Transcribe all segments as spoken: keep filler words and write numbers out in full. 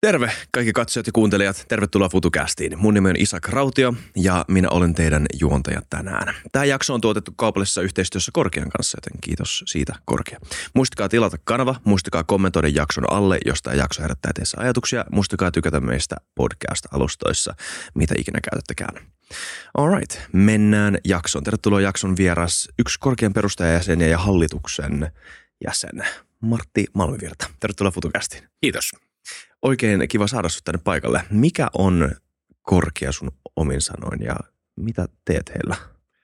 Terve kaikki katsojat ja kuuntelijat. Tervetuloa FutuCastiin. Mun nimi on Isak Rautio ja minä olen teidän juontaja tänään. Tämä jakso on tuotettu kaupallisessa yhteistyössä Korkean kanssa, joten kiitos siitä Korkea. Muistakaa tilata kanava, muistakaa kommentoida jakson alle, jos tämä jakso herättää teissä ajatuksia. Muistakaa tykätä meistä podcast-alustoissa, mitä ikinä käytättekään. Alright, mennään jaksoon. Tervetuloa jakson vieras, yksi Korkean perustajajäseniä ja hallituksen jäsen, Martti Malmivirta. Tervetuloa FutuCastiin. Kiitos. Oikein kiva saada sinut tänne paikalle. Mikä on Korkea sun omin sanoin ja mitä teet heillä?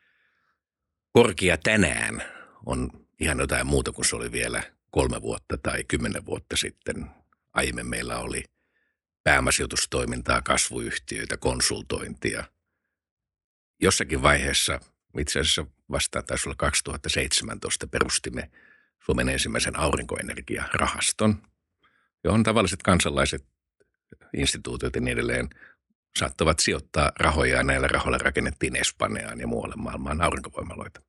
Korkea tänään on ihan jotain muuta kuin se oli vielä kolme vuotta tai kymmenen vuotta sitten. Aiemmin meillä oli pääomasijoitustoimintaa, kasvuyhtiöitä, konsultointia. Jossakin vaiheessa, itse asiassa vastaan taisi olla kaksituhattaseitsemäntoista, perustimme Suomen ensimmäisen aurinkoenergiarahaston, johon tavalliset kansalaiset, instituutiot ja niin edelleen saattavat sijoittaa rahoja, ja näillä rahoilla rakennettiin Espanjaan ja muualle maailmaan aurinkovoimaloita.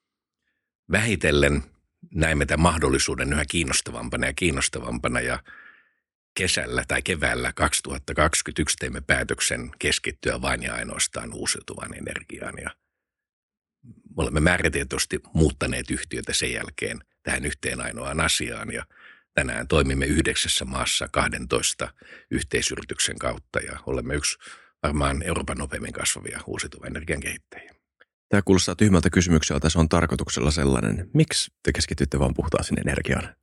Vähitellen näimme tämän mahdollisuuden yhä kiinnostavampana ja kiinnostavampana, ja kesällä tai keväällä kaksituhattakaksikymmentäyksi teimme päätöksen keskittyä vain ja ainoastaan uusiutuvaan energiaan, ja olemme määrätietoisesti muuttaneet yhtiötä sen jälkeen tähän yhteen ainoaan asiaan, ja tänään toimimme yhdeksässä maassa kahdentoista yhteisyrityksen kautta ja olemme yksi varmaan Euroopan nopeimmin kasvavia uusiutuvan energian kehittäjiä. Tämä kuulostaa tyhmältä kysymykseltä, se on tarkoituksella sellainen. Miksi te keskitytte vaan puhtaaseen energiaan?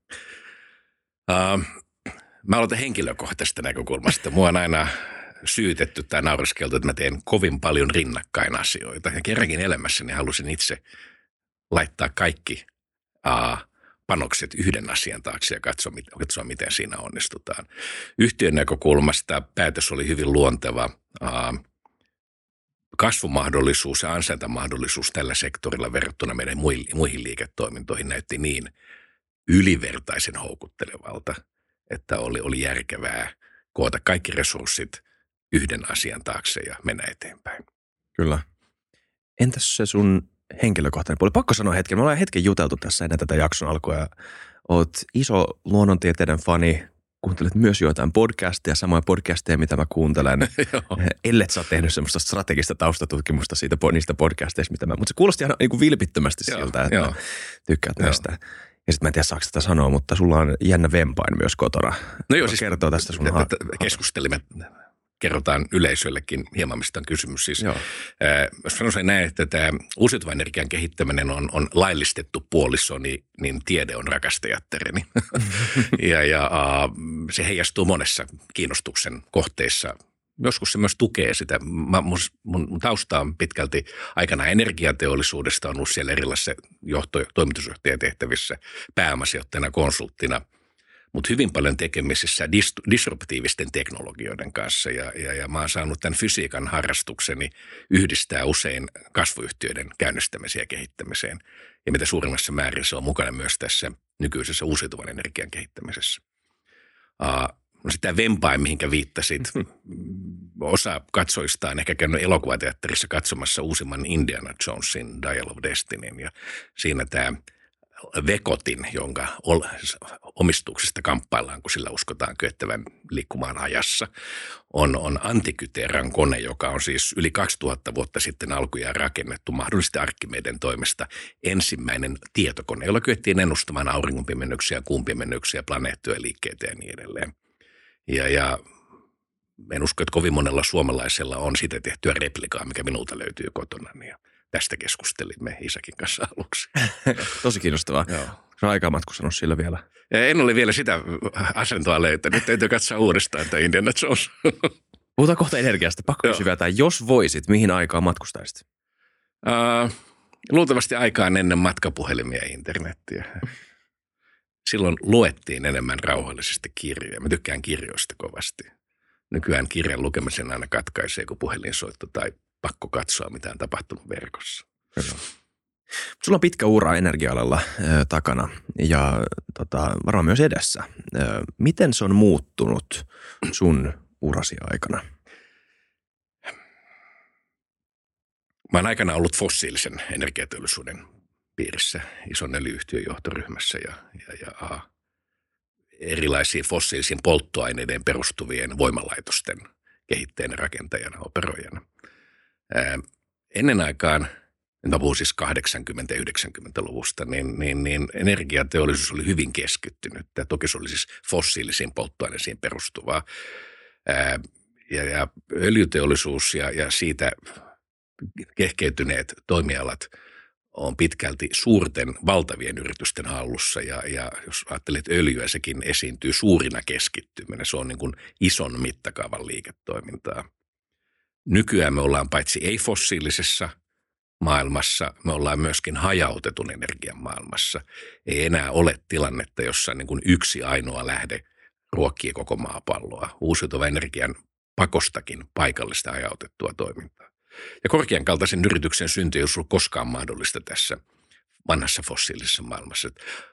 Uh, mä aloitan henkilökohtaisesta näkökulmasta. Mua on aina syytetty tai naureskeltu, että mä teen kovin paljon rinnakkain asioita. Ja kerrankin elämässäni halusin itse laittaa kaikki uh, panokset yhden asian taakse ja katsoa, katsoa, miten siinä onnistutaan. Yhtiön näkökulmasta päätös oli hyvin luonteva. Kasvumahdollisuus ja ansaintamahdollisuus tällä sektorilla verrattuna meidän muihin liiketoimintoihin näytti niin ylivertaisen houkuttelevalta, että oli, oli järkevää koota kaikki resurssit yhden asian taakse ja mennä eteenpäin. Kyllä. Entäs se sun henkilökohtainen puoli? Pakko sanoa hetken. Me ollaan hetken juteltu tässä ennen tätä jakson alkua ja oot iso luonnontieteiden fani. Kuuntelet myös joitain podcasteja, samoja podcasteja, mitä mä kuuntelen. Ellet sä oot tehnyt semmoista strategista taustatutkimusta siitä, niistä podcasteista, mitä mä... Mutta se kuulosti ihan niin kuin vilpittömästi siltä, että jo. Tykkäät näistä. Ja sitten mä en tiedä, saako tätä sanoa, mutta sulla on jännä vempain myös kotona. No joo, siis kertoo tästä sun... Keskustelimme. Kerrotaan yleisöllekin hieman, mistä on kysymys. Siis, ää, jos sanoisin näin, että tämä uusiutuvan energian kehittäminen on, on laillistettu puolisoni, niin tiede on rakastajattareni. ja ja ää, se heijastuu monessa kiinnostuksen kohteissa. Joskus se myös tukee sitä. Mä, mun, mun tausta on pitkälti aikana energiateollisuudesta, on ollut siellä erilaisissa johto- toimitusjohtajatehtävissä, pääomasijoittajana, konsulttina. Mutta hyvin paljon tekemisissä dis- disruptiivisten teknologioiden kanssa ja, ja, ja mä oon saanut tämän fysiikan harrastukseni yhdistää usein kasvuyhtiöiden käynnistämiseen ja kehittämiseen. Ja mitä suurimmassa määrin se on mukana myös tässä nykyisessä uusiutuvan energian kehittämisessä. Uh, no sitä vempain, mihinkä viittasit, osa katsojista on ehkä käynyt elokuvateatterissa katsomassa uusimman Indiana Jonesin Dial of Destinyn ja siinä tämä vekotin, jonka omistuksesta kamppaillaan, kun sillä uskotaan kyettävän liikkumaan ajassa, on, on Antikytheran kone, joka on siis yli kaksituhatta vuotta sitten alkujaan rakennettu mahdollisesti Arkimeden toimesta ensimmäinen tietokone, jolla kyettiin ennustamaan auringonpimennöksiä, kuun pimennöksiä, planeettoja, liikkeitä ja niin edelleen. Ja, ja en usko, että kovin monella suomalaisella on sitä tehtyä replikaa, mikä minulta löytyy kotona, ja tästä keskustelimme Isakin kanssa aluksi. Tosi kiinnostavaa. Joo. Se on aikaa matkustanut sillä vielä. En ole vielä sitä asentoa löytänyt. Täytyy katsoa uudestaan, että Indiana Jones. Puhutaan kohta energiasta. Pakko kysyä, että jos voisit, mihin aikaan matkustaisit? Uh, luultavasti aikaan ennen matkapuhelimia ja internettiä. Silloin luettiin enemmän rauhallisesti kirjoja. Mä tykkään kirjoista kovasti. Nykyään kirjan lukemisen aina katkaisee, kun puhelinsoitto tai pakko katsoa, mitä on tapahtunut verkossa. Kyllä. Sulla on pitkä ura energia-alalla äh, takana ja tota, varmaan myös edessä. Äh, miten se on muuttunut sun urasi aikana? Mä oon aikana ollut fossiilisen energiateollisuuden piirissä, ison öljy-yhtiön johtoryhmässä ja, ja, ja a, erilaisiin fossiilisiin polttoaineiden perustuvien voimalaitosten kehittäjänä, rakentajana, operoijana. Ää, ennen aikaan, mä puhun siis kahdeksankymmentä-yhdeksänkymmentäluvusta, niin, niin, niin energiateollisuus oli hyvin keskittynyt. Tämä toki se oli siis fossiilisiin polttoaineisiin perustuvaa. Ää, ja, ja öljyteollisuus ja, ja siitä kehkeytyneet toimialat on pitkälti suurten, valtavien yritysten hallussa, ja, ja jos ajattelet öljyä, sekin esiintyy suurina keskittymänä. Se on niin kuin ison mittakaavan liiketoimintaa. Nykyään me ollaan paitsi ei-fossiilisessa maailmassa, me ollaan myöskin hajautetun energian maailmassa. Ei enää ole tilannetta, jossa niin kuin yksi ainoa lähde ruokkii koko maapalloa. Uusiutuvan energian pakostakin paikallista hajautettua toimintaa. Ja korkean kaltaisen yrityksen synty ei ollut koskaan mahdollista tässä vanhassa fossiilisessa maailmassa.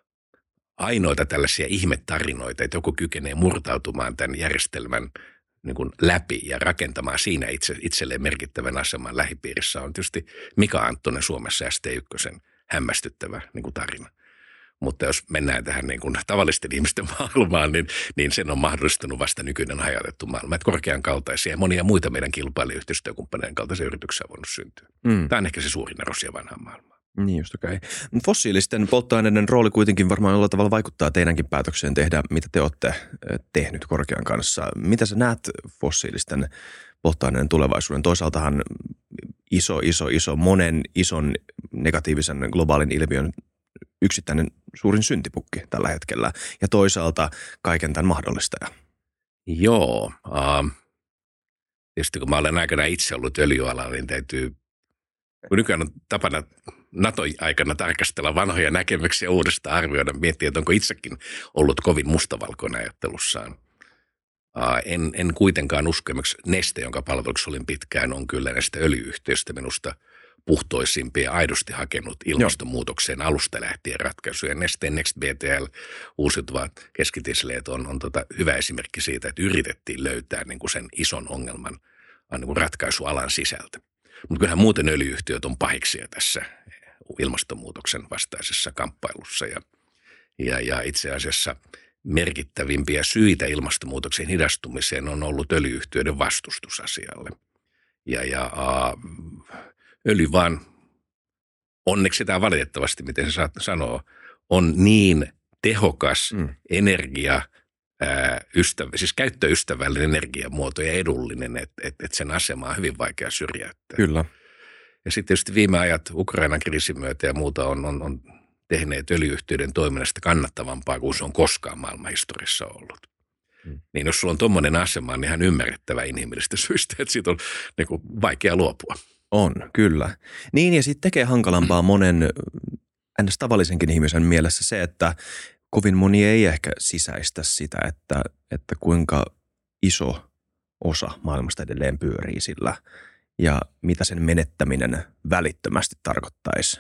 Ainoita tällaisia ihmetarinoita, että joku kykenee murtautumaan tämän järjestelmän niin kuin läpi ja rakentamaan siinä itse, itselleen merkittävän aseman lähipiirissä, on tietysti Mika Anttonen Suomessa S T yksi hämmästyttävä niin kuin tarina. Mutta jos mennään tähän niin kuin tavallisten ihmisten maailmaan, niin, niin sen on mahdollistanut vasta nykyinen hajautettu maailma. Että korkean kaltaisia ja monia muita meidän kilpailuyhteistyökumppaneiden kaltaisia yrityksiä on voinut syntyä. Mm. Tämä on ehkä se suurin ero siihen vanhaan maailmaan. Niin just okei. Okay. Fossiilisten polttoaineiden rooli kuitenkin varmaan jollain tavalla vaikuttaa teidänkin päätökseen tehdä, mitä te olette tehnyt korkean kanssa. Mitä sä näet fossiilisten polttoaineiden tulevaisuuden? Toisaaltahan iso, iso, iso, monen ison negatiivisen globaalin ilmiön yksittäinen suurin syntipukki tällä hetkellä ja toisaalta kaiken tämän mahdollistaja. Joo. Uh, tietysti kun mä olen aikana itse ollut öljyalalla, niin täytyy, kun nykyään on tapana NATO-aikana tarkastella vanhoja näkemyksiä uudestaan arvioida, miettiä, että onko itsekin ollut kovin mustavalkoinen ajattelussaan. Uh, en, en kuitenkaan usko, esimerkiksi Neste, jonka palveluksessa olin pitkään, on kyllä näistä öljyyhtiöistä minusta puhtoisimpia ja aidosti hakenut ilmastonmuutokseen alusta lähtien ratkaisuja. Nesteen Next B T L, uusiutuvat keskitisleet, on, on tota hyvä esimerkki siitä, että yritettiin löytää niin kuin sen ison ongelman niin kuin ratkaisualan sisältä. Mutta kyllähän muuten öljyyhtiöt on pahiksia tässä ilmastonmuutoksen vastaisessa kamppailussa. Ja, ja, ja itse asiassa merkittävimpiä syitä ilmastonmuutoksen hidastumiseen on ollut öljyyhtiöiden vastustusasialle. Ja, ja äh, öljy vaan, onneksi tämä valitettavasti, miten se sanoo, on niin tehokas mm. energia, ää, ystävä, siis käyttöystävällinen energiamuoto ja edullinen, että et, et sen asema on hyvin vaikea syrjäyttää. Kyllä. Ja sitten tietysti viime ajat Ukrainan kriisin myötä ja muuta on, on, on tehneet öljyyhtiöiden toiminnasta kannattavampaa kuin se on koskaan maailmanhistoriassa ollut. Mm. Niin jos sulla on tuommoinen asema, niin ihan ymmärrettävä inhimillistä syistä, että siitä on niin kuin vaikea luopua. On, kyllä. Niin ja sitten tekee hankalampaa monen ennäs tavallisenkin ihmisen mielessä se, että kovin moni ei ehkä sisäistä sitä, että, että kuinka iso osa maailmasta edelleen pyörii sillä ja mitä sen menettäminen välittömästi tarkoittaisi.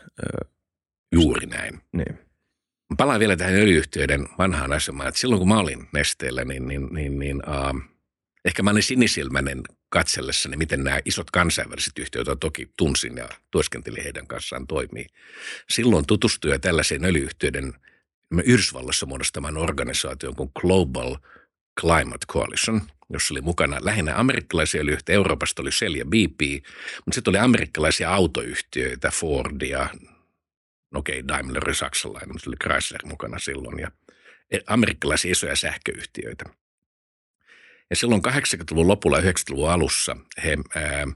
Juuri näin. Niin. Palaan vielä tähän öljyyhtiöiden vanhaan asemaan, että silloin kun mä olin Nesteellä, niin, niin, niin, niin uh, ehkä mä olin sinisilmäinen katsellessani, miten nämä isot kansainväliset yhtiöt, joita toki tunsin ja työskentelin heidän kanssaan toimii. Silloin tutustuin tällaiseen öljyyhtiöiden Yhdysvalloissa muodostamaan organisaation kuin Global Climate Coalition, jossa oli mukana lähinnä amerikkalaisia öljyyhtiöitä. Euroopasta oli Shell ja B P, mutta sitten oli amerikkalaisia autoyhtiöitä, Ford ja okei, okay, Daimler saksalainen, mutta oli Chrysler mukana silloin ja amerikkalaisia isoja sähköyhtiöitä. Ja silloin kahdeksankymmentäluvun lopulla ja yhdeksänkymmentäluvun alussa he ää,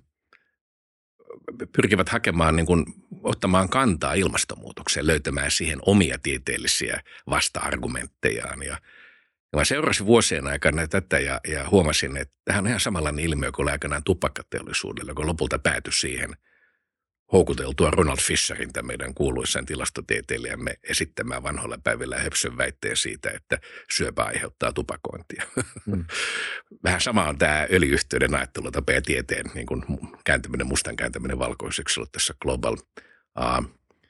pyrkivät hakemaan, niin kuin, ottamaan kantaa ilmastonmuutokseen, löytämään siihen omia tieteellisiä vasta-argumenttejaan. Ja, ja mä seurasin vuosien aikana tätä ja, ja huomasin, että tämähän on ihan samanlainen ilmiö kuin oli aikanaan tupakkateollisuudella, joka lopulta päätyi siihen houkuteltua Ronald Fisherin, tämän meidän kuuluisan tilastotieteilijämme, esittämään vanhoilla päivillä höpsön väitteen siitä, että syöpä aiheuttaa tupakointia. Mm. Vähän sama on tämä öljyyhtiöiden ajattelutapa ja tieteen niin kuin kääntäminen, mustan kääntäminen valkoiseksi ollut tässä Global uh, uh,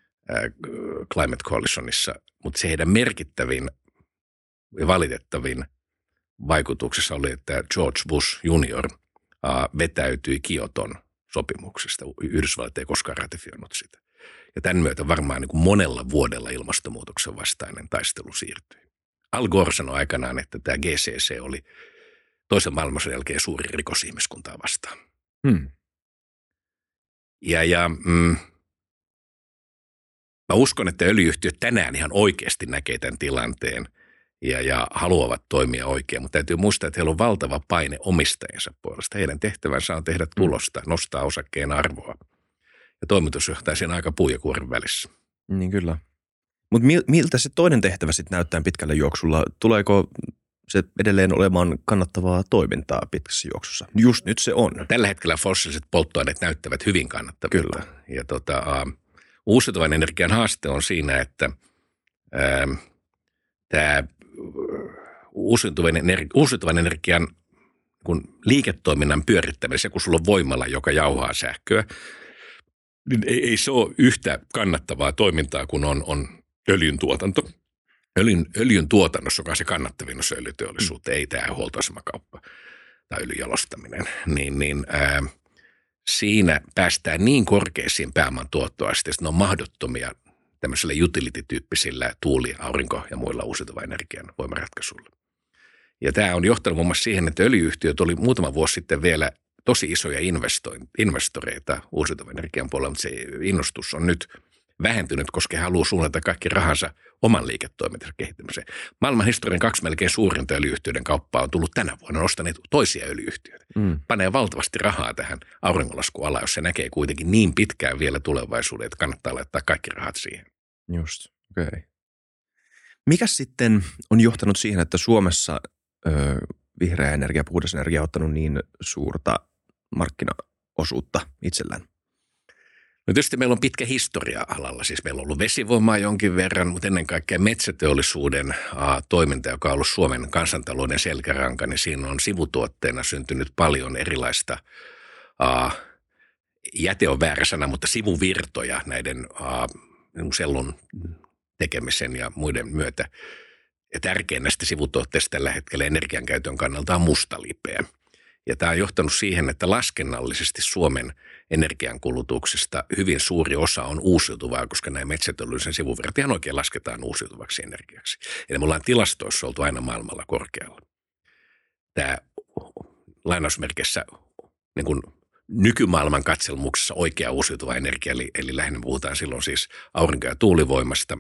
Climate Coalitionissa, mutta se heidän merkittävin ja valitettavin vaikutuksessa oli, että George Bush junior uh, vetäytyi Kioton sopimuksesta. Yhdysvallat ei koskaan ratifioinut sitä. Ja tämän myötä varmaan niin kuin monella vuodella ilmastonmuutoksen vastainen taistelu siirtyi. Al Gore sanoi aikanaan, että tämä G C C oli toisen maailmansodan jälkeen suuri rikos ihmiskuntaa vastaan. Hmm. Ja, ja mm, mä uskon, että öljy-yhtiöt tänään ihan oikeasti näkee tämän tilanteen ja, ja haluavat toimia oikein, mutta täytyy muistaa, että heillä on valtava paine omistajansa puolesta. Heidän tehtävänsä on tehdä tulosta, nostaa osakkeen arvoa. Ja toimitusjohtaja siinä aika puu ja kuoren välissä. Niin kyllä. Mutta miltä se toinen tehtävä sitten näyttää pitkällä juoksulla? Tuleeko se edelleen olemaan kannattavaa toimintaa pitkässä juoksussa? Just nyt se on. No, tällä hetkellä fossiiliset polttoaineet näyttävät hyvin kannattavilta. Kyllä. Ja tota, uh, uusiutuvan energian haaste on siinä, että uh, tämä uusiutuvan, energi- uusiutuvan energian kun liiketoiminnan pyörittäminen, se kun sulla on voimala, joka jauhaa sähköä, niin ei, ei se ole yhtä kannattavaa toimintaa kuin on, on öljyn tuotanto. Öljyn, öljyn tuotannossa, joka on se kannattavin osa öljyteollisuutta, mm. ei tämä huoltoasemakauppa tai öljyn jalostaminen, niin, niin ää, siinä päästään niin korkeisiin pääoman tuottoasteista, että ne on mahdottomia tämmöisillä utility-tyyppisillä tuuli-, aurinko- ja muilla uusiutuvan energian voimaratkaisuilla. Ja tämä on johtanut muun muassa siihen, että öljy-yhtiöt oli muutama vuosi sitten vielä tosi isoja investoreita uusiutuvan energian puolella, mutta se innostus on nyt vähentynyt, koska he haluaa suunnata kaikki rahansa oman liiketoimintansa kehittämiseen. Maailman historian kaksi melkein suurinta öljy-yhtiöiden kauppaa on tullut tänä vuonna, nostaneet toisia öljy-yhtiöitä. Mm. Panee valtavasti rahaa tähän auringonlaskualaan, jos se näkee kuitenkin niin pitkään vielä tulevaisuuden, että kannattaa laittaa kaikki rahat siihen. Just, okei. Okay. Mikäs sitten on johtanut siihen, että Suomessa ö, vihreä energia, puhdas energia on ottanut niin suurta markkinaosuutta itsellään? No tietysti meillä on pitkä historia alalla, siis meillä on ollut vesivoimaa jonkin verran, mutta ennen kaikkea metsäteollisuuden a, toiminta, joka on ollut Suomen kansantalouden selkäranka, niin siinä on sivutuotteena syntynyt paljon erilaista, a, jäte on väärä sana, mutta sivuvirtoja näiden a, sellun tekemisen ja muiden myötä. Ja tärkein näistä sivutuotteista tällä hetkellä energiankäytön kannalta on mustalipeä. Ja tämä on johtanut siihen, että laskennallisesti Suomen energiankulutuksesta hyvin suuri osa on uusiutuvaa, koska nämä metsäteollisuuden sivuvirrat ihan oikein lasketaan uusiutuvaksi energiaksi. Eli me ollaan tilastoissa oltu aina maailmalla korkealla. Tämä lainausmerkissä niin kuin nykymaailman katselmuksessa oikea uusiutuva energia, eli, eli lähinnä puhutaan silloin siis aurinko- ja tuulivoimasta.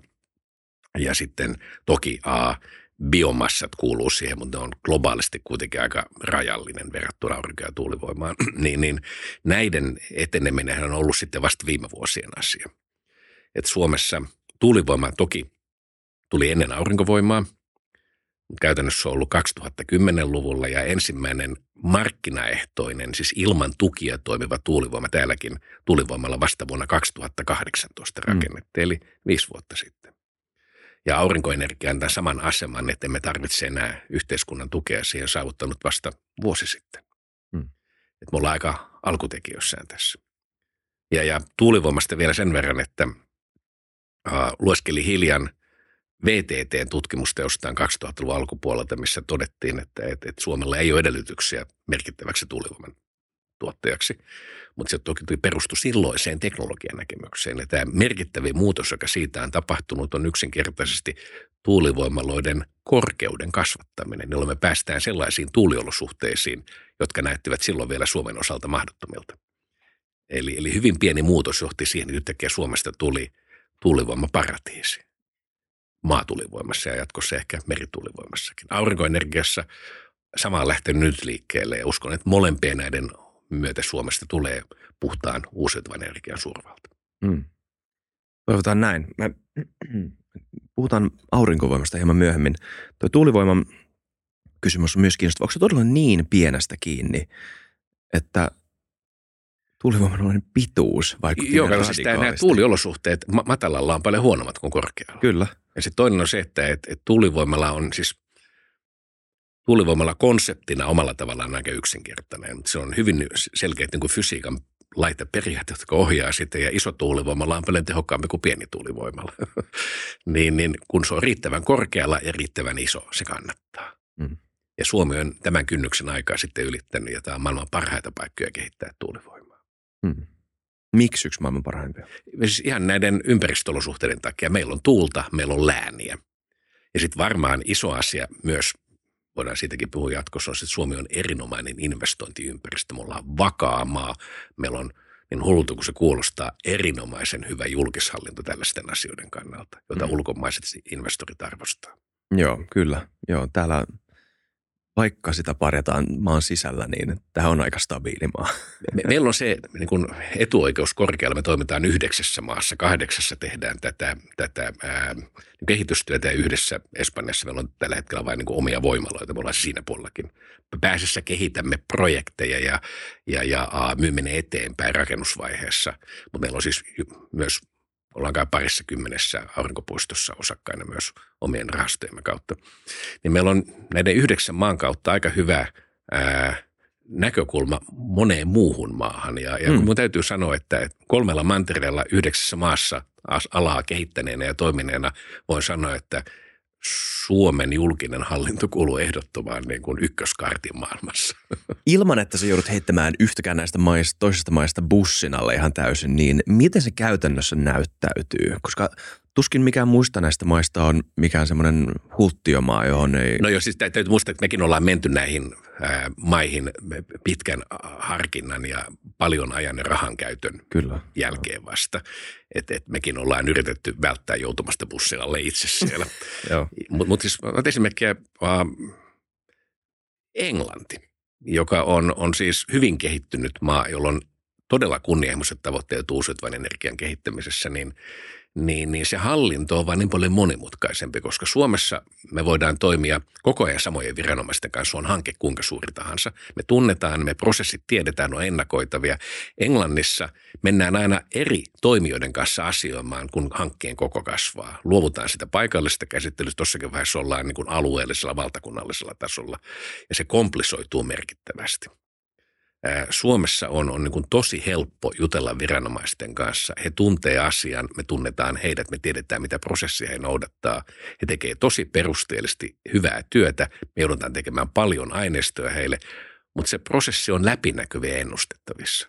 Ja sitten toki a, biomassat kuuluu siihen, mutta ne on globaalisti kuitenkin aika rajallinen verrattuna aurinko- ja tuulivoimaan. niin, niin näiden eteneminen on ollut sitten vasta viime vuosien asia. Et Suomessa tuulivoima toki tuli ennen aurinkovoimaa, mutta käytännössä on ollut kaksituhattakymmenluvulla ja ensimmäinen markkinaehtoinen, siis ilman tukia toimiva tuulivoima täälläkin tuulivoimalla vasta vuonna kaksituhattakahdeksantoista rakennettiin, mm. eli viisi vuotta sitten. Ja aurinkoenergia antaa saman aseman, että emme tarvitse enää yhteiskunnan tukea siihen saavuttanut vasta vuosi sitten. Hmm. Että me ollaan aika alkutekijöissään tässä. Ja, ja tuulivoimasta vielä sen verran, että äh, lueskeli hiljan V T T:n tutkimusta jostain kaksituhattaluvun alkupuolelta, missä todettiin, että, että, että Suomella ei ole edellytyksiä merkittäväksi tuulivoiman tuottajaksi, mutta se toki perustui silloiseen teknologian näkemykseen. Ja tämä merkittävin muutos, joka siitä on tapahtunut, on yksinkertaisesti tuulivoimaloiden korkeuden kasvattaminen, jolloin me päästään sellaisiin tuuliolosuhteisiin, jotka näyttivät silloin vielä Suomen osalta mahdottomilta. Eli, eli hyvin pieni muutos johti siihen, että yhtäkkiä Suomesta tuli tuulivoimaparatiisi maatuulivoimassa ja jatkossa ehkä merituulivoimassakin. Aurinkoenergiassa sama on lähtenyt nyt liikkeelle ja uskon, että molempien näiden myötä Suomesta tulee puhtaan uusiutuvan energian suurvalta. Mm. Toivotaan näin. Me puhutaan aurinkovoimasta hieman myöhemmin. Tuo tuulivoiman kysymys on myös kiinnostava. Onko se todella niin pienestä kiinni, että tuulivoimaloiden pituus vaikuttaa Joo, siis nämä tuuliolosuhteet matalalla on paljon huonommat kuin korkealla. Kyllä. Ja sitten toinen on se, että et, et tuulivoimalla on siis tuulivoimalla konseptina omalla tavallaan aika yksinkertainen, mutta se on hyvin selkeät niin kuin fysiikan laiteperiaatteet, jotka ohjaa sitä, ja iso tuulivoimalla on paljon tehokkaampi kuin pieni tuulivoimalla. niin, niin kun se on riittävän korkealla ja riittävän iso, se kannattaa. Mm. Ja Suomi on tämän kynnyksen aikaa sitten ylittänyt, ja tämä on maailman parhaita paikkoja kehittää tuulivoimaa. Mm. Miksi yksi maailman parhaimpia? Siis ihan näiden ympäristöolosuhteiden takia. Meillä on tuulta, meillä on lääniä. Ja sitten varmaan iso asia myös, voidaan siitäkin puhua jatkossa, on se, että Suomi on erinomainen investointiympäristö. Me ollaan vakaa maa. Meillä on, niin hullulta kun se kuulostaa, erinomaisen hyvä julkishallinto tällaisten asioiden kannalta, jota mm. ulkomaiset investorit arvostaa. Joo, kyllä. Joo, täällä vaikka sitä parjataan maan sisällä, niin tämä on aika stabiili maa. Me, meillä on se niin kuin etuoikeus korkealla. Me toimitaan yhdeksässä maassa, kahdeksassa tehdään tätä, tätä ää, kehitystyötä ja yhdessä Espanjassa meillä on tällä hetkellä vain niin kuin omia voimaloita. Me ollaan siinä puolellakin. Pääsessä kehitämme projekteja ja, ja, ja aa, myymme ne eteenpäin rakennusvaiheessa, mutta meillä on siis myös ollaan kai parissa kymmenessä aurinkopuistossa osakkaina myös omien rahastojemme kautta. Niin meillä on näiden yhdeksän maan kautta aika hyvä ää, näkökulma moneen muuhun maahan. Ja, ja mm. mun täytyy sanoa, että kolmella mantereella yhdeksässä maassa alaa kehittäneenä ja toimineena voin sanoa, että Suomen julkinen hallinto kuuluu ehdottomaan niin kuin ykköskartin maailmassa. Ilman, että sä joudut heittämään yhtäkään näistä maista, toisesta maista bussin alle ihan täysin, niin miten se käytännössä näyttäytyy? Koska tuskin mikään muista näistä maista on mikään semmoinen hulttiomaa, johon ei... No joo, siis täytyy muistaa, että mekin ollaan menty näihin ää, maihin pitkän harkinnan ja paljon ajan ja rahan käytön Kyllä. jälkeen vasta. Että et mekin ollaan yritetty välttää joutumasta bussin alle itse siellä. Mutta mut siis esimerkkiä äh, Englanti, joka on, on siis hyvin kehittynyt maa, jolla on todella kunnianhimoiset tavoitteet uusiutuvan energian kehittämisessä, niin Niin, niin se hallinto on vaan niin paljon monimutkaisempi, koska Suomessa me voidaan toimia koko ajan samojen viranomaisten kanssa, on hanke kuinka suuri tahansa. Me tunnetaan, me prosessit tiedetään, on ennakoitavia. Englannissa mennään aina eri toimijoiden kanssa asioimaan, kun hankkeen koko kasvaa. Luovutaan sitä paikallisesta käsittelystä, tuossakin vaiheessa ollaan niin kuin alueellisella, valtakunnallisella tasolla, ja se komplisoituu merkittävästi. Suomessa on, on niin kuin tosi helppo jutella viranomaisten kanssa. He tuntee asian, me tunnetaan heidät, me tiedetään mitä prosessia he noudattaa. He tekee tosi perusteellisesti hyvää työtä, me joudutaan tekemään paljon aineistoa heille, mutta se prosessi on läpinäkyvä ja ennustettavissa.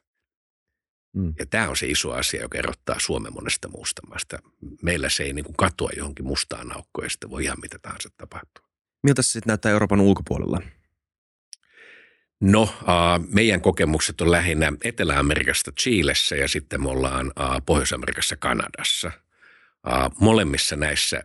Mm. Ja tämä on se iso asia, joka erottaa Suomen monesta muusta maasta. Meillä se ei niin kuin katoa johonkin mustaan aukkoon ja sitten voi ihan mitä tahansa tapahtua. Miltä se sitten näyttää Euroopan ulkopuolella? No, äh, meidän kokemukset on lähinnä Etelä-Amerikasta Chilessä ja sitten me ollaan äh, Pohjois-Amerikassa Kanadassa. Äh, molemmissa näissä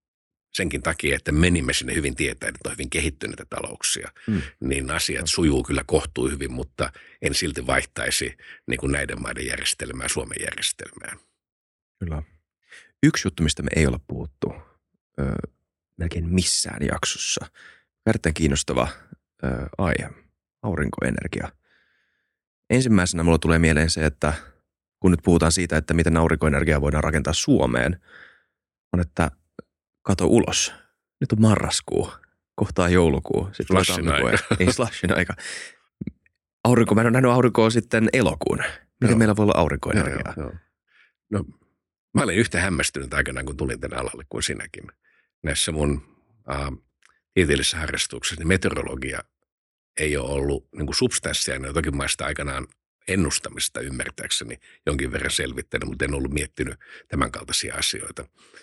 senkin takia, että menimme sinne hyvin tietäen, että on hyvin kehittyneitä talouksia, mm. niin asiat sujuu kyllä kohtuu hyvin, mutta en silti vaihtaisi niin kuin näiden maiden järjestelmää Suomen järjestelmään. Kyllä. Yksi juttu, mistä me ei olla puhuttu öö, melkein missään jaksossa. Erittäin kiinnostava öö, aihe. Aurinkoenergia. Ensimmäisenä mulla tulee mieleen se, että kun nyt puhutaan siitä, että miten aurinkoenergiaa voidaan rakentaa Suomeen, on, että kato ulos. Nyt on marraskuu, kohtaa joulukuu. Slashin aika. Ei slashin aika. Aurinko, mä en ole nähnyt aurinkoa sitten elokuun. Miten joo. meillä voi olla aurinkoenergiaa? Joo, joo. No, mä olin yhtä hämmästynyt aikanaan, kun tulin tänne alalle kuin sinäkin. Näissä mun äh, tieteellisessä harrastuksessa niin meteorologia ei ole ollut niin kuin substanssia, niin toki maista aikanaan ennustamista ymmärtääkseni jonkin verran selvittänyt, mutta en ollut miettinyt tämän kaltaisia asioita.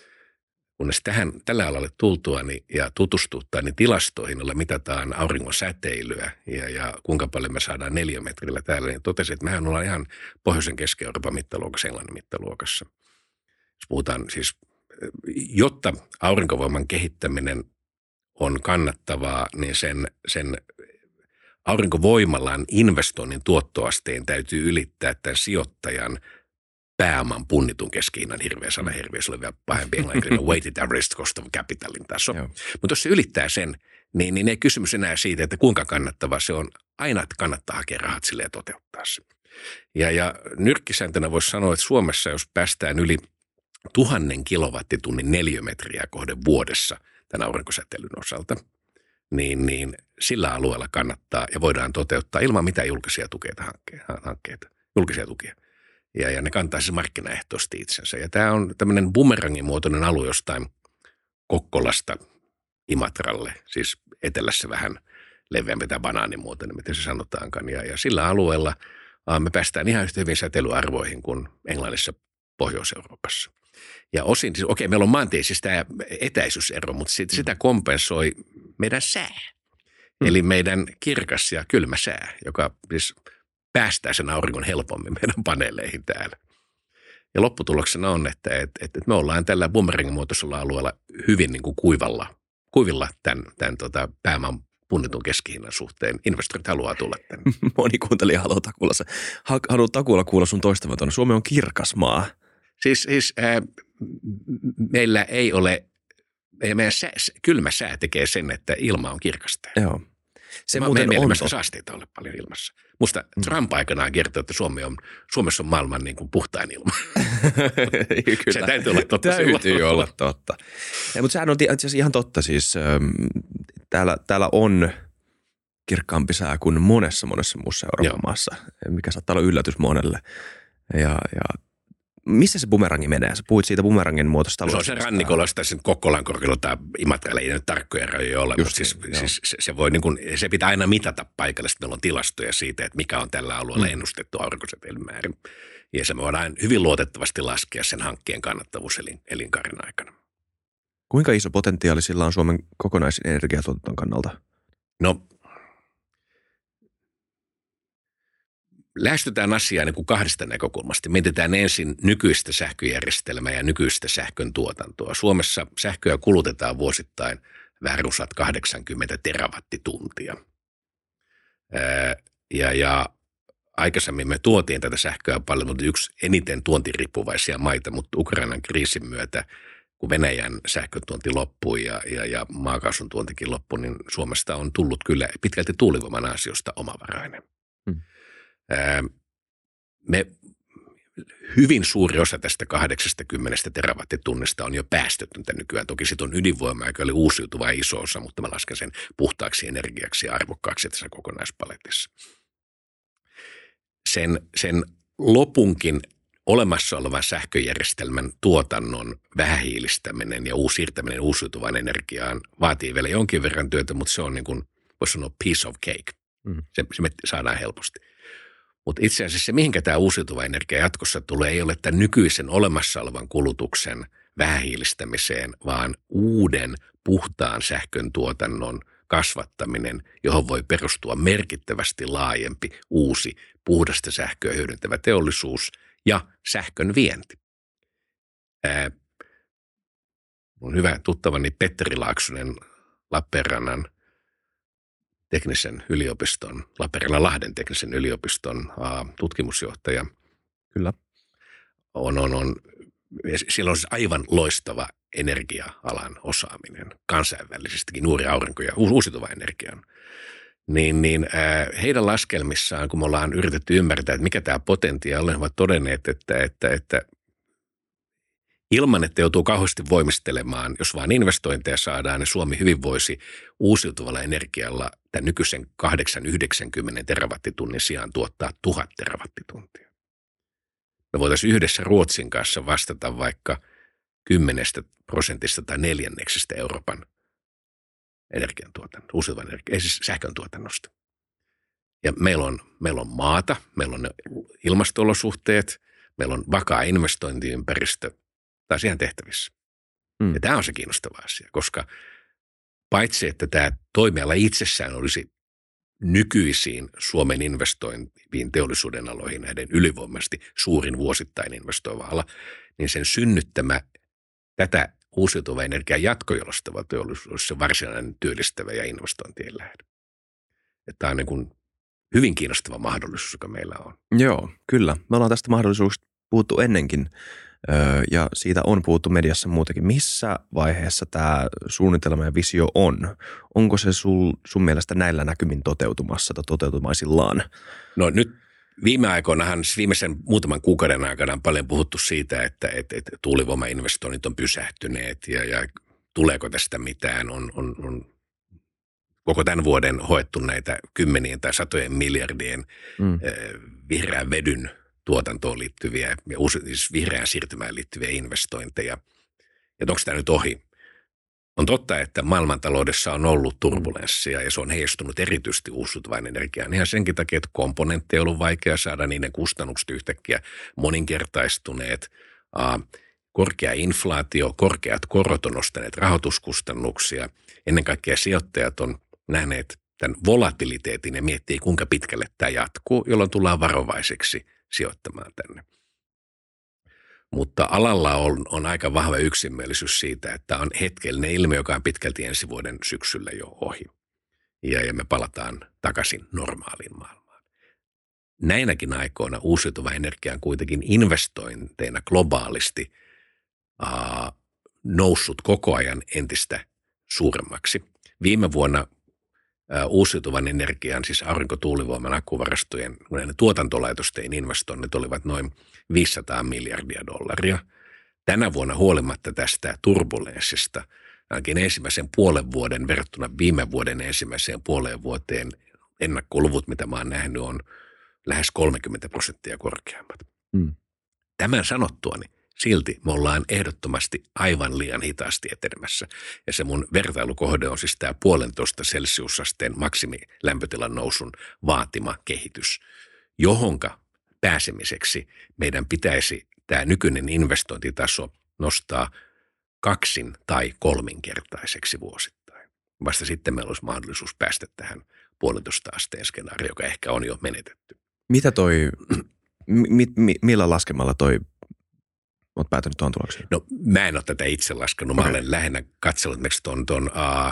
Kunnes tähän, tällä alalle tultua niin, ja tutustuttaa niin tilastoihin, joilla mitataan auringon säteilyä ja, ja kuinka paljon me saadaan neliömetrillä täällä, niin totesin, että mehän ollaan ihan pohjoisen Keski-Euroopan mittaluokassa, Englannin mittaluokassa. Jos puhutaan siis, jotta aurinkovoiman kehittäminen on kannattavaa, niin sen, sen aurinkovoimalan investoinnin tuottoasteen täytyy ylittää tämän sijoittajan pääoman punnitun keski-hinnan hirveä sana, hirveä, se oli vielä pahempi englanninkielinen weighted average cost of capitalin taso. Mutta jos se ylittää sen, niin, niin ei kysymys enää siitä, että kuinka kannattava se on. Aina että kannattaa hakea rahat sille ja toteuttaa se. Ja, ja nyrkkisääntönä voisi sanoa, että Suomessa, jos päästään yli tuhannen kilowattitunnin neliömetriä kohden vuodessa tämän aurinkosäteilyn osalta, niin, niin sillä alueella kannattaa ja voidaan toteuttaa ilman mitään julkisia tukeita hankkeita, julkisia tukia. Ja, ja ne kantaa siis markkinaehtoisesti itsensä. Ja tämä on tämmöinen bumerangin muotoinen alue jostain Kokkolasta Imatralle, siis etelässä vähän leveämpi tai banaanimuotoinen, miten se sanotaankaan. Ja, ja sillä alueella me päästään ihan yhtä hyvin säteilyarvoihin kuin Englannissa, Pohjois-Euroopassa. Ja osin, siis okei, meillä on maantieteellisesti tämä etäisyysero, mutta sit, sitä kompensoi meidän sää. Mm. Eli meidän kirkas ja kylmä sää, joka siis päästää sen auringon helpommin meidän paneeleihin täällä. Ja lopputuloksena on, että, että, että me ollaan tällä bumerangin muotoisella alueella hyvin niin kuin kuivalla, kuivilla tämän, tämän tota päämaan punnitun keskihinnan suhteen. Investorit haluaa tulla tänne. Moni kuuntelija haluaa takuulla, haluaa takuulla kuulla sun toistamaton. Suomi on kirkas maa. Siis, siis äh, meillä ei ole, meidän sää, kylmä sää tekee sen, että ilma on kirkasta. Joo. Se Mä, muuten meillä on on saasteita ole paljon ilmassa. Musta mm. Trump aikanaan kertoi, että Suomi on, Suomessa on maailman niin kuin puhtain ilma. Kyllä. Se täytyy olla totta. Täytyy olla totta. Ja, mutta sehän on itse asiassa ihan totta. Siis, ähm, täällä, täällä on kirkkaampi sää kuin monessa monessa muussa Euroopan maassa, mikä saattaa olla yllätys monelle. Ja, ja missä se bumerangi menee? Sä puhuit siitä bumerangin muotoista alueesta. Se on se rannikolla, sitä sen Kokkolan korkealla tai Imatralla, ei nyt tarkkoja rajoja ole, mutta siis, siis se, se, voi niin kuin, se pitää aina mitata paikallisesti. Meillä on tilastoja siitä, että mikä on tällä alueella mm. ennustettu aurinkosäteilyn määrä. Ja se me voidaan hyvin luotettavasti laskea sen hankkeen kannattavuus elin, elinkaaren aikana. Kuinka iso potentiaali sillä on Suomen kokonaisen energiatuotanton kannalta? No, lähestytään asiaa niin kuin kahdesta näkökulmasta. Mietitään ensin nykyistä sähköjärjestelmää ja nykyistä sähkön tuotantoa. Suomessa sähköä kulutetaan vuosittain vähän runsaat kahdeksankymmentä terawattituntia. Ää, ja, ja aikaisemmin me tuotiin tätä sähköä paljon, mutta yksi eniten tuontiriippuvaisia maita, mutta Ukrainan kriisin myötä, kun Venäjän sähkötuonti loppui ja, ja, ja maakaasun tuontikin loppui, niin Suomesta on tullut kyllä pitkälti tuulivoiman ansiosta omavarainen. Hmm. Me hyvin suuri osa tästä kahdeksankymmentä terawattitunnista on jo päästötöntä nykyään. Toki sitten on ydinvoima, joka oli uusiutuva iso osa, mutta mä lasken sen puhtaaksi energiaksi ja arvokkaaksi tässä kokonaispaletissa. Sen, sen lopunkin olemassa olevan sähköjärjestelmän tuotannon vähähiilistäminen ja siirtäminen uusiutuvaan energiaan vaatii vielä jonkin verran työtä, mutta se on niin kuin, voisi sanoa piece of cake. Mm. Se, se me saadaan helposti. Mutta itse asiassa se, mihinkä tämä uusiutuva energia jatkossa tulee, ei ole tämän nykyisen olemassa olevan kulutuksen vähähiilistämiseen, vaan uuden puhtaan sähkön tuotannon kasvattaminen, johon voi perustua merkittävästi laajempi, uusi, puhdasta sähköä hyödyntävä teollisuus ja sähkön vienti. Ää, mun hyvä tuttavani Petteri Laaksonen Lappeenrannan teknisen yliopiston, Lappeenrannan-Lahden teknisen yliopiston uh, tutkimusjohtaja. Kyllä. On, on, on. Siellä on siis aivan loistava energia-alan osaaminen kansainvälisestikin, nuori aurinko ja uusiutuva energian. Niin, niin äh, heidän laskelmissaan, kun me ollaan yritetty ymmärtää, että mikä tämä potentiaali on, he ovat todenneet, että, että, että ilman, että joutuu kauheasti voimistelemaan, jos vaan investointeja saadaan, niin Suomi hyvin voisi uusiutuvalla energialla tämän nykyisen kahdeksan yhdeksänkymmentä terawattitunnin sijaan tuottaa tuhat terawattituntia. Me voitaisiin yhdessä Ruotsin kanssa vastata vaikka kymmenestä prosentista tai neljänneksestä Euroopan energiantuotannosta, uusiutuvan energia, ei siis sähkön tuotannosta. Ja meillä on, meillä on maata, meillä on ilmasto-olosuhteet, meillä on vakaa investointiympäristö, taas ihan tehtävissä. Mm. Ja tämä on se kiinnostava asia, koska paitsi, että tämä toimiala itsessään olisi nykyisiin Suomen investointiin teollisuuden aloihin näiden ylivoimaisesti suurin vuosittain investoiva ala, niin sen synnyttämä tätä uusiutuvaa energiaa jatkojalostava teollisuus olisi se varsinainen työllistävä ja investointien lähde. Tämä on niin kuin hyvin kiinnostava mahdollisuus, joka meillä on. Joo, kyllä. Me ollaan tästä mahdollisuudesta puhuttu ennenkin. Ja siitä on puhuttu mediassa muutenkin. Missä vaiheessa tämä suunnitelma ja visio on? Onko se sul, sun mielestä näillä näkymin toteutumassa tai toteutumaisillaan? No nyt viime aikoinahan, viimeisen muutaman kuukauden aikana on paljon puhuttu siitä, että, että, että tuulivoimainvestoinnit on pysähtyneet ja, ja tuleeko tästä mitään. On, on, on koko tämän vuoden hoettu näitä kymmenien tai satojen miljardien mm. vihreän vedyn tuotantoon liittyviä ja uusi, siis vihreään siirtymään liittyviä investointeja. Ja onko tämä nyt ohi? On totta, että maailmantaloudessa on ollut turbulenssia ja se on heijastunut erityisesti uusiutuvaan energiaan. Ihan senkin takia, että komponentteja on ollut vaikea saada, niiden kustannukset yhtäkkiä moninkertaistuneet. korkea inflaatio, korkeat korot on nostaneet rahoituskustannuksia. Ennen kaikkea sijoittajat on nähneet tämän volatiliteetin ja miettii, kuinka pitkälle tämä jatkuu, jolloin tullaan varovaiseksi sijoittamaan tänne. Mutta alalla on, on aika vahva yksimielisyys siitä, että on hetkellinen ilmiö, joka on pitkälti ensi vuoden syksyllä jo ohi. Ja, ja me palataan takaisin normaaliin maailmaan. Näinäkin aikoina uusiutuva energia on kuitenkin investointeina globaalisti aa, noussut koko ajan entistä suuremmaksi. Viime vuonna ää, uusiutuvan energian, siis aurinkotuulivoiman akkuvarastojen tuotantolaitosten investoinnit olivat noin viisisataa miljardia dollaria. Tänä vuonna huolimatta tästä turbulenssista, ainakin ensimmäisen puolen vuoden verrattuna viime vuoden ensimmäiseen puoleen vuoteen ennakkoluvut, mitä mä oon nähnyt, on lähes kolmekymmentä prosenttia korkeammat. Mm. Tämän sanottuani silti me ollaan ehdottomasti aivan liian hitaasti etenemässä. Ja se mun vertailukohde on siis tämä puolentoista celsiusasteen maksimilämpötilan nousun vaatima kehitys, johonka pääsemiseksi meidän pitäisi tämä nykyinen investointitaso nostaa kaksin- tai kolminkertaiseksi vuosittain. Vasta sitten meillä olisi mahdollisuus päästä tähän puolentoista asteen skenaarioon, joka ehkä on jo menetetty. Mitä toi, mi, mi, millä laskemalla toi olet päätynyt tuon tulokseen? No mä en ole tätä itse laskenut. Mä okay. olen lähinnä katsellut esimerkiksi tuon, tuon uh,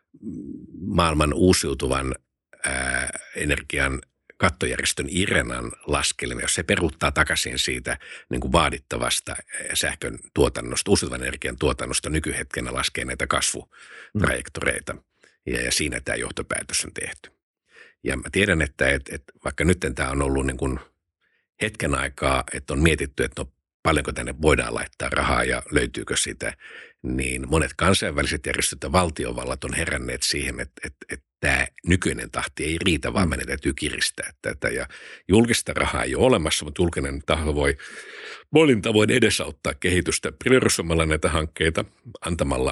maailman uusiutuvan uh, energian kattojärjestön IRENAn laskelmia, jos se peruuttaa takaisin siitä niin kuin vaadittavasta sähkön tuotannosta, uusiutuvan energian tuotannosta nykyhetkenä laskee näitä kasvutrajektoreita. Mm. Ja, ja siinä tämä johtopäätös on tehty. Ja mä tiedän, että et, et, vaikka nyt tämä on ollut niin kuin hetken aikaa, että on mietitty, että no paljonko tänne voidaan laittaa rahaa ja löytyykö sitä, niin monet kansainväliset järjestöt ja valtiovallat on heränneet siihen, että, että, että tämä nykyinen tahti ei riitä, vaan meidän täytyy kiristää tätä. Ja julkista rahaa ei ole olemassa, mutta julkinen taho voi monin tavoin edesauttaa kehitystä priorisoimalla näitä hankkeita, antamalla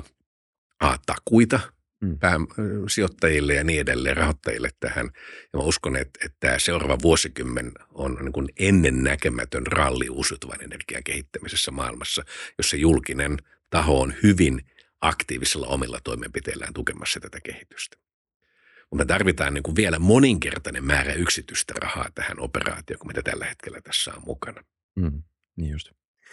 a, takuita mm. sijoittajille ja niin edelleen, rahoittajille tähän. Ja mä uskon, että, että tämä seuraava vuosikymmen on niin kuin ennennäkemätön ralli uusiutuvan energian kehittämisessä maailmassa, jossa julkinen taho on hyvin aktiivisella omilla toimenpiteillään tukemassa tätä kehitystä. Mutta me tarvitaan niin kuin vielä moninkertainen määrä yksityistä rahaa tähän operaatioon, kuin mitä tällä hetkellä tässä on mukana. Mm, niin just.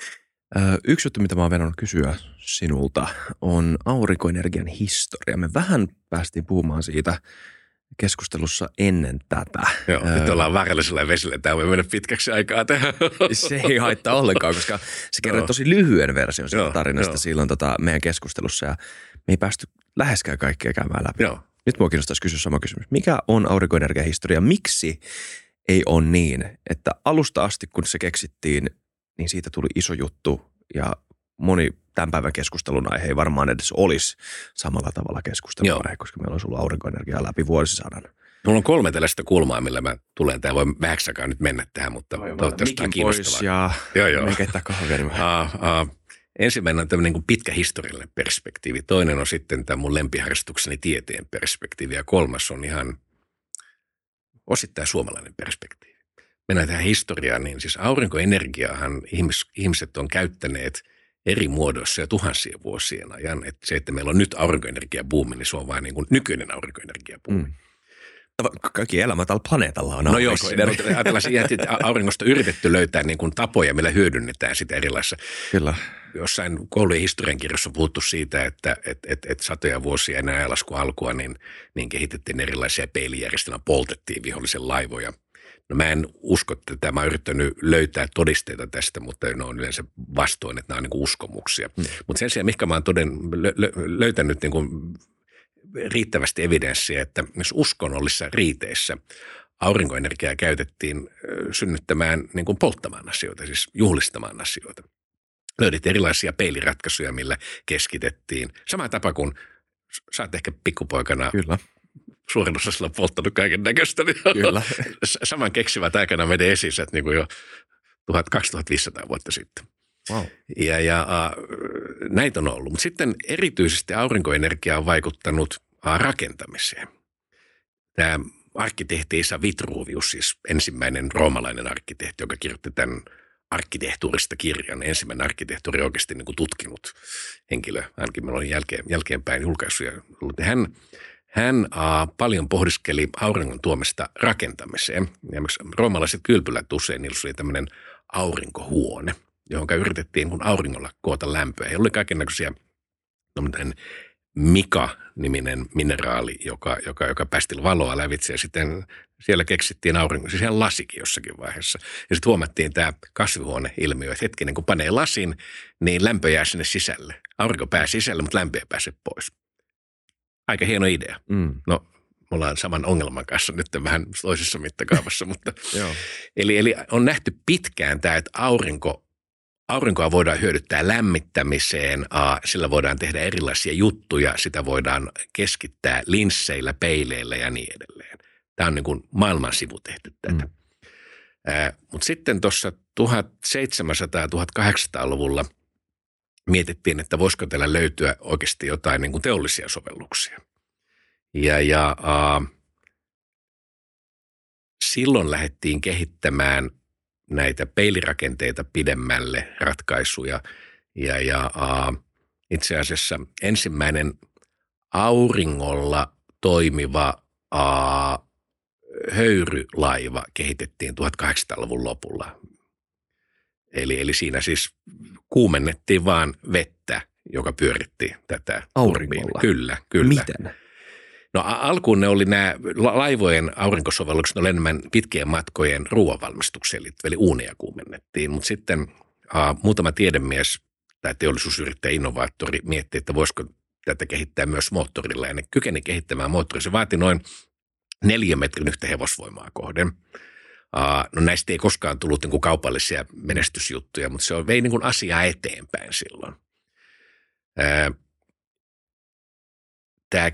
Ö, yksi juttu, mitä mä oon venannut kysyä sinulta, on aurinkoenergian historia. Me vähän päästiin puhumaan siitä keskustelussa ennen tätä. Joo, öö, nyt ollaan vaarallisella vesillä. Tämä voi mennä pitkäksi aikaa tähän. Se ei haittaa ollenkaan, koska se kertoo tosi lyhyen version siitä tarinasta jo. silloin tota meidän keskustelussa. Ja me ei päästy läheskään kaikkea käymään läpi. Joo. Nyt mua kiinnostaisi kysyä sama kysymys. Mikä on aurinkoenergian historia? Miksi ei ole niin, että alusta asti kun se keksittiin, niin siitä tuli iso juttu ja moni tämän päivän keskustelun aihe ei varmaan edes olisi samalla tavalla keskustelun aihe, koska meillä on ollut aurinkoenergiaa läpi vuosisadan. Mulla on kolme tällaista kulmaa, millä mä tulen. Tämä voi vähäksäkään nyt mennä tähän, mutta no, toivottavasti on kiinnostavaa. Ja joo, joo. Me keittää kahvia. Niin uh, uh, ensimmäinen on tämmöinen niin pitkä historiallinen perspektiivi. Toinen on sitten tämä mun lempiharrastukseni tieteen perspektiivi. Ja kolmas on ihan osittain suomalainen perspektiivi. Mennään tähän historiaan, niin siis aurinkoenergiaahan ihmis, ihmiset on käyttäneet eri muodoissa ja tuhansien vuosien ajan. Että se, että meillä on nyt aurinkoenergiabuumi, niin se on vain niin kuin nykyinen aurinkoenergiabuumi. Mm. Kaikki elämä tällä planeetalla on no aurinkoenergia. No ajatellaan siihen, että auringosta yritetty löytää niin kuin tapoja, millä hyödynnetään sitä erilaisissa. Kyllä. Jossain koulujen historiankirjassa on puhuttu siitä, että et, et, et satoja vuosia ennen ajanlaskun alkua, niin, niin kehitettiin erilaisia peilijärjestelmiä, poltettiin vihollisen laivoja. No mä en usko tätä. Mä oon yrittänyt löytää todisteita tästä, mutta ne on yleensä vastoin, että nämä on niin kuin uskomuksia. Hmm. Mutta sen sijaan, mikä mä oon toden, lö, lö, löytänyt niin kuin riittävästi evidenssiä, että myös uskonnollisissa riiteissä aurinkoenergiaa käytettiin synnyttämään niin kuin polttamaan asioita, siis juhlistamaan asioita. Löydettiin erilaisia peiliratkaisuja, millä keskitettiin. Sama tapa kuin sä oot ehkä pikkupoikana Kyllä. suurin osassa polttanut kaiken näköistä. Niin Kyllä. Saman keksivät aikana meidän esisät niin kuin jo kaksituhattaviisisataa vuotta sitten. Wow. Ja, ja äh, näitä on ollut. Mutta sitten erityisesti aurinkoenergia on vaikuttanut äh, rakentamiseen. Tämä arkkitehti Isä Vitruvius, siis ensimmäinen roomalainen arkkitehti, joka kirjoitti tämän arkkitehtuurista kirjan, ensimmäinen arkkitehtuuri oikeasti niin kuin tutkinut henkilö, ainakin meillä oli jälkeen, jälkeenpäin julkaisuja. Hän, hän uh, paljon pohdiskeli auringon tuomista rakentamiseen. Ja roomalaiset kylpylät usein, niillä oli tämmöinen aurinkohuone, johon yritettiin kun auringolla koota lämpöä. Heillä oli kaikennäköisiä Mika-niminen mineraali, joka, joka, joka päästi valoa lävitse ja sitten siellä keksittiin aurinko, siis ihan lasikin jossakin vaiheessa. Ja sitten huomattiin tämä kasvihuoneilmiö, että hetkinen kun panee lasin, niin lämpö jää sinne sisälle. Aurinko pääsee sisälle, mutta lämpö ei pääse pois. Aika hieno idea. Mm. No, me ollaan saman ongelman kanssa nyt vähän toisessa mittakaavassa, mutta eli, eli on nähty pitkään tämä, että aurinko Aurinkoa voidaan hyödyttää lämmittämiseen, sillä voidaan tehdä erilaisia juttuja, sitä voidaan keskittää linsseillä, peileillä ja niin edelleen. Tämä on niin kuin maailman sivu tehty tätä. Mm. Mutta sitten tuossa tuhatseitsemänsataa-tuhatkahdeksansataaluvulla mietittiin, että voisiko tällä löytyä oikeasti jotain niin kuin teollisia sovelluksia. Ja, ja äh, silloin lähdettiin kehittämään näitä peilirakenteita pidemmälle ratkaisuja. Ja, ja uh, itse asiassa ensimmäinen auringolla toimiva uh, höyrylaiva kehitettiin tuhatkahdeksansataaluvun lopulla. Eli, eli siinä siis kuumennettiin vaan vettä, joka pyöritti tätä auringolla. Kyllä, kyllä. Miten? No alkuun ne oli nämä laivojen aurinkosovellukset, ne oli enemmän pitkien matkojen ruoanvalmistukseen, eli uuneja kuumennettiin. Mutta sitten uh, muutama tiedemies tai teollisuusyrittäjä, innovaattori mietti, että voisiko tätä kehittää myös moottorilla. Ja ne kykeni kehittämään moottoria. Se vaati noin neljä metrin yhtä hevosvoimaa kohden. Uh, no näistä ei koskaan tullut niin kuin kaupallisia menestysjuttuja, mutta se vei niin kuin asiaa eteenpäin silloin. Uh, Tämä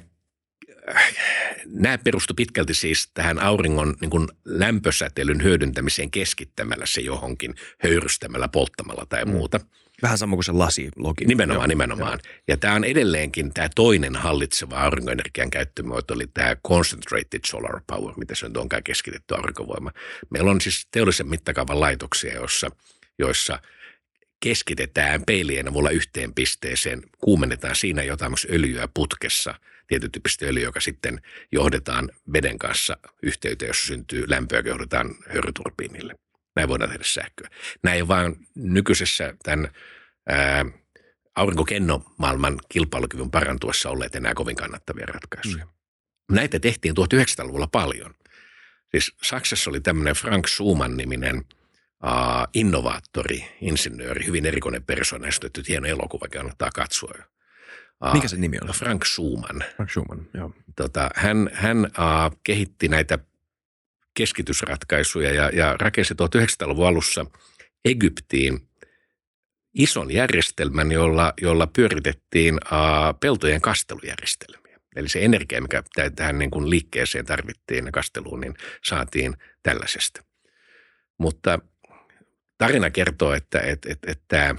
Nämä perustu pitkälti siis tähän auringon niin kuin lämpösäteilyn hyödyntämiseen keskittämällä se johonkin, höyrystämällä, polttamalla tai mm. muuta. Vähän sama kuin se lasilogi. Nimenomaan, Joo. nimenomaan. Joo. Ja tämä on edelleenkin tämä toinen hallitseva aurinkoenergian käyttömuoto, oli tämä concentrated solar power, mitä se on onkaan keskitetty aurinkovoima. Meillä on siis teollisen mittakaavan laitoksia, joissa, joissa keskitetään peilien avulla yhteen pisteeseen, kuumennetaan siinä jotain öljyä putkessa, tietyn tyyppistä öljyä, joka sitten johdetaan veden kanssa yhteyteen, jos syntyy lämpöä, johdetaan höyryturbiinille. Näin voidaan tehdä sähköä. Näin vaan nykyisessä tämän ää, aurinkokennomaailman kilpailukyvyn parantuessa olleet enää kovin kannattavia ratkaisuja. Mm. Näitä tehtiin tuhatyhdeksänsataaluvulla paljon. Siis Saksassa oli tämmöinen Frank Schumann-niminen Uh, innovaattori, insinööri, hyvin erikoinen persoona, esitetty hieno elokuva, kannattaa katsoa. Uh, Mikä se nimi on? Frank Schumann. Frank Schumann, joo. Tota, hän hän uh, kehitti näitä keskitysratkaisuja ja, ja rakensi tuhatyhdeksänsataaluvun alussa Egyptiin ison järjestelmän, jolla, jolla pyöritettiin uh, peltojen kastelujärjestelmiä. Eli se energia, mikä tähän niin kuin liikkeeseen tarvittiin kasteluun, niin saatiin tällaisesta. Mutta tarina kertoo, että, että, että, että tämä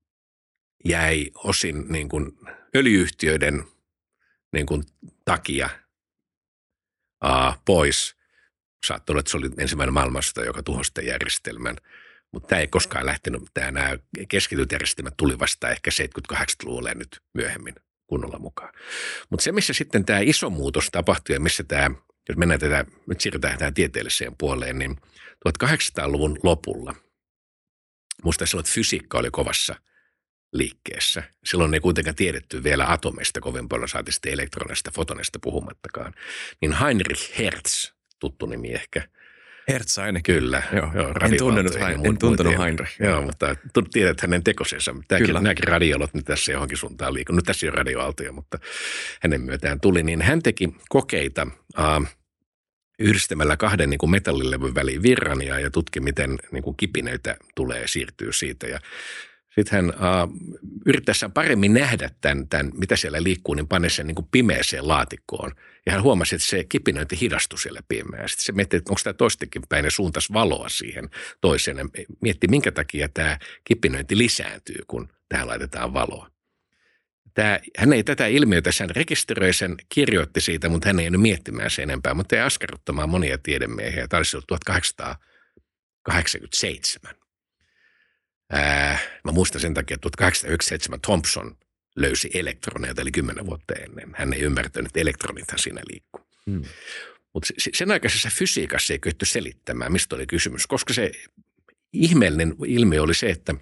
jäi osin niin kuin öljy-yhtiöiden niin kuin takia aa, pois. Saattoi olla, että se oli ensimmäinen maailmansota, joka tuhosi tämän järjestelmän. Mutta tämä ei koskaan lähtenyt. Tämä, nämä keskityt järjestelmät tuli vasta ehkä seitsemänkymmentä-kahdeksankymmentäluvulla ja nyt myöhemmin kunnolla mukaan. Mutta se, missä sitten tämä iso muutos tapahtui ja missä tämä, jos mennään tätä, nyt siirrytään tähän tieteelliseen puoleen, niin tuhatkahdeksansataaluvun lopulla, musta silloin, että fysiikka oli kovassa liikkeessä. Silloin ei kuitenkaan tiedetty vielä atomeista kovin paljon, saatiin sitten elektronista, fotonista puhumattakaan. Niin Heinrich Hertz, tuttu nimi ehkä. Hertz ainakin. Kyllä. Joo, joo, en tuntenut, en, en tuntenut Heinrich. Joo, mutta tiedät hänen tekosensa. Tämäkin, nämäkin radiolot nyt tässä johonkin suuntaan liikunut. Nyt tässä ei ole radioaaltoja, mutta hänen myötään tuli. Niin hän teki kokeita uh, yhdistämällä kahden niin kuin metallilevyn väliin virran ja, ja tutki, miten niin kuin kipinöitä tulee siirtyy siitä. Ja sitten hän uh, yrittäessään paremmin nähdä tämän, tämän, mitä siellä liikkuu, niin pani sen niin kuin pimeäseen laatikkoon. Ja hän huomasi, että se kipinöinti hidastui siellä pimeää. Sitten se mietti, että onko tämä toistekin päin ja suuntaisi valoa siihen toiseen. Ja mietti, minkä takia tämä kipinöinti lisääntyy, kun tähän laitetaan valoa. Tämä, hän ei tätä ilmiötä, hän rekisteröi sen, kirjoitti siitä, mutta hän ei jäänyt miettimään sen enempää. Mutta ei askarruttamaan monia tiedemiehiä. Tämä olisi ollut tuhatkahdeksansataakahdeksankymmentäseitsemän. Ää, mä muistan sen takia, että tuhatkahdeksansataayhdeksänkymmentäseitsemän Thomson löysi elektroneita, eli kymmenen vuotta ennen. Hän ei ymmärtänyt, että elektronithan siinä liikkuu. Hmm. Mutta sen aikaisessa fysiikassa ei kyetty selittämään, mistä oli kysymys, koska se ihmeellinen ilmiö oli se, että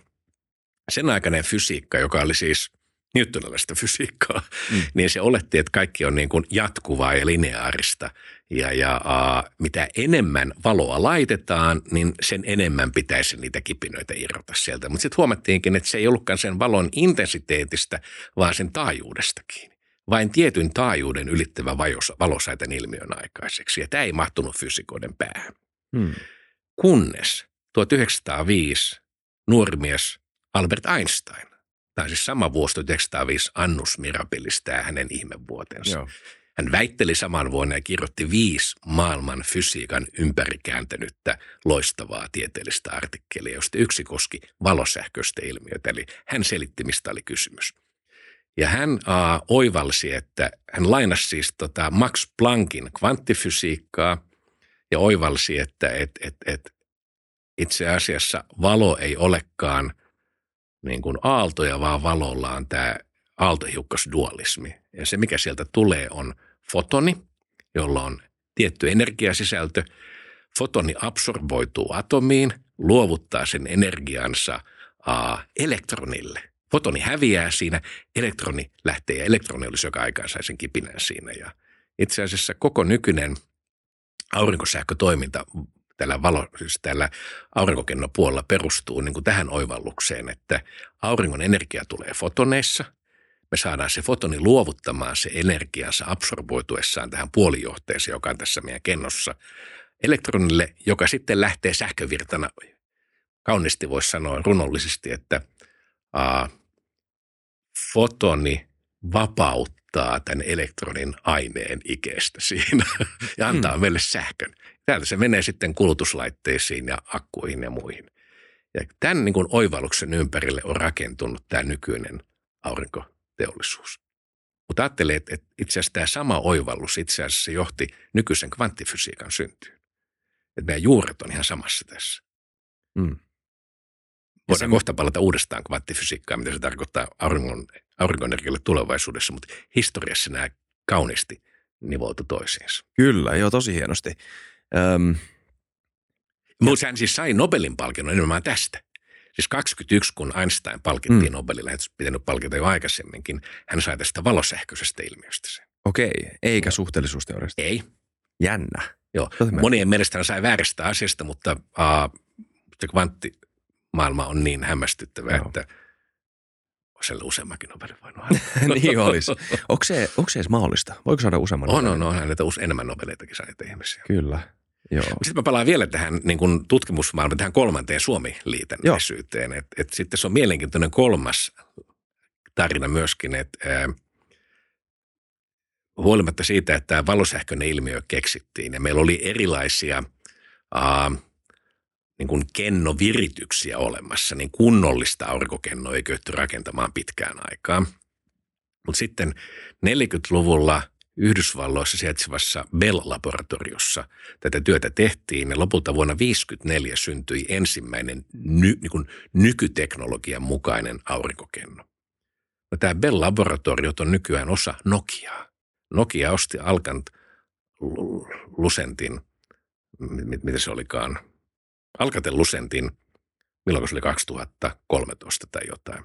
sen aikainen fysiikka, joka oli siis newtonilaista fysiikkaa, mm. niin se oletti, että kaikki on niin kuin jatkuvaa ja lineaarista. Ja, ja uh, mitä enemmän valoa laitetaan, niin sen enemmän pitäisi niitä kipinöitä irrota sieltä. Mutta sitten huomattiinkin, että se ei ollutkaan sen valon intensiteetistä, vaan sen taajuudesta kiinni. Vain tietyn taajuuden ylittävä valo sai tämän ilmiön aikaiseksi. Ja tämä ei mahtunut fyysikoiden päähän. Mm. Kunnes tuhatyhdeksänsataaviisi nuori mies Albert Einstein, tai siis sama vuosi tuhatyhdeksänsataaviisi Annus Mirabilis, tämä hänen ihmevuotensa. Joo. Hän väitteli saman vuonna ja kirjoitti viisi maailman fysiikan ympärikääntänyttä loistavaa tieteellistä artikkelia, josta yksi koski valosähköistä ilmiötä. Eli hän selitti, mistä oli kysymys. Ja hän uh, oivalsi, että hän lainasi siis tota Max Planckin kvanttifysiikkaa ja oivalsi, että et, et, et itse asiassa valo ei olekaan niin kuin aaltoja, vaan valolla on tämä aaltohiukkasdualismi. Ja se, mikä sieltä tulee, on fotoni, jolla on tietty energiasisältö. Fotoni absorboituu atomiin, luovuttaa sen energiansa uh, elektronille. Fotoni häviää siinä, elektroni lähtee ja elektroni olisi joka aikaan sai sen kipinän siinä. Ja itse asiassa koko nykyinen aurinkosähkötoiminta tällä, valo, siis tällä aurinkokennopuolella perustuu niin kuin tähän oivallukseen, että auringon energia tulee fotoneissa. Me saadaan se fotoni luovuttamaan se energiansa absorboituessaan tähän puolijohteeseen, joka on tässä meidän kennossa, elektronille, joka sitten lähtee sähkövirtana. Kauniisti voisi sanoa runollisesti, että uh, fotoni vapauttaa tämän elektronin aineen ikeestä siinä ja antaa hmm. meille sähkön. Täältä se menee sitten kulutuslaitteisiin ja akkuihin ja muihin. Ja tämän niin kuin oivalluksen ympärille on rakentunut tämä nykyinen aurinkoteollisuus. Mutta ajattelee, että itse asiassa tämä sama oivallus itse asiassa johti nykyisen kvanttifysiikan syntyyn. Että meidän juuret on ihan samassa tässä. Hmm. Voidaan kohta palata uudestaan kvanttifysiikkaan, mitä se tarkoittaa auringon, aurinkoenergialle tulevaisuudessa, mutta historiassa nämä kauniisti nivoutu toisiinsa. Kyllä, joo, tosi hienosti. Öm, mutta hän siis sai Nobelin palkinnon nimenomaan tästä. Siis kaksikymmentäyksi, kun Einstein palkittiin mm. Nobelilla, että pitänyt palkita jo aikaisemminkin, hän sai tästä valosähköisestä ilmiöstä sen. Okei, eikä no. suhteellisuusteoriasta. Ei. Jännä. Joo, monien mielestä hän sai väärästä asiasta, mutta uh, se kvanttimaailma on niin hämmästyttävä, no. että olisi siellä useammankin Nobelin voinut niin olisi. Onko se, onko se edes mahdollista? Voiko saada useamman Nobelin? On, on, on. Näitä enemmän Nobeleitakin saaneita ihmisiä. Kyllä. Sitten mä palaan vielä tähän niin kuin tutkimusmaailmaan, tähän kolmanteen Suomi-liitännäisyyteen. Et, et sitten se on mielenkiintoinen kolmas tarina myöskin, että ää, huolimatta siitä, että tämä valosähköinen ilmiö keksittiin ja meillä oli erilaisia ää, niin kuin kennovirityksiä olemassa, niin kunnollista aurinkokennoa ei kyetty rakentamaan pitkään aikaan. Mutta sitten neljäkymmentäluvulla Yhdysvalloissa sijaitsevassa Bell-laboratoriossa tätä työtä tehtiin ja lopulta vuonna tuhatyhdeksänsataaviisikymmentäneljä syntyi ensimmäinen ny, niin kuin nykyteknologian mukainen aurinkokenno. No, tämä Bell-laboratoriot on nykyään osa Nokiaa. Nokia osti Alcatel-Lucentin, mit, mitä se olikaan, Alcatel-Lucentin, milloin se oli kaksituhattakolmetoista tai jotain.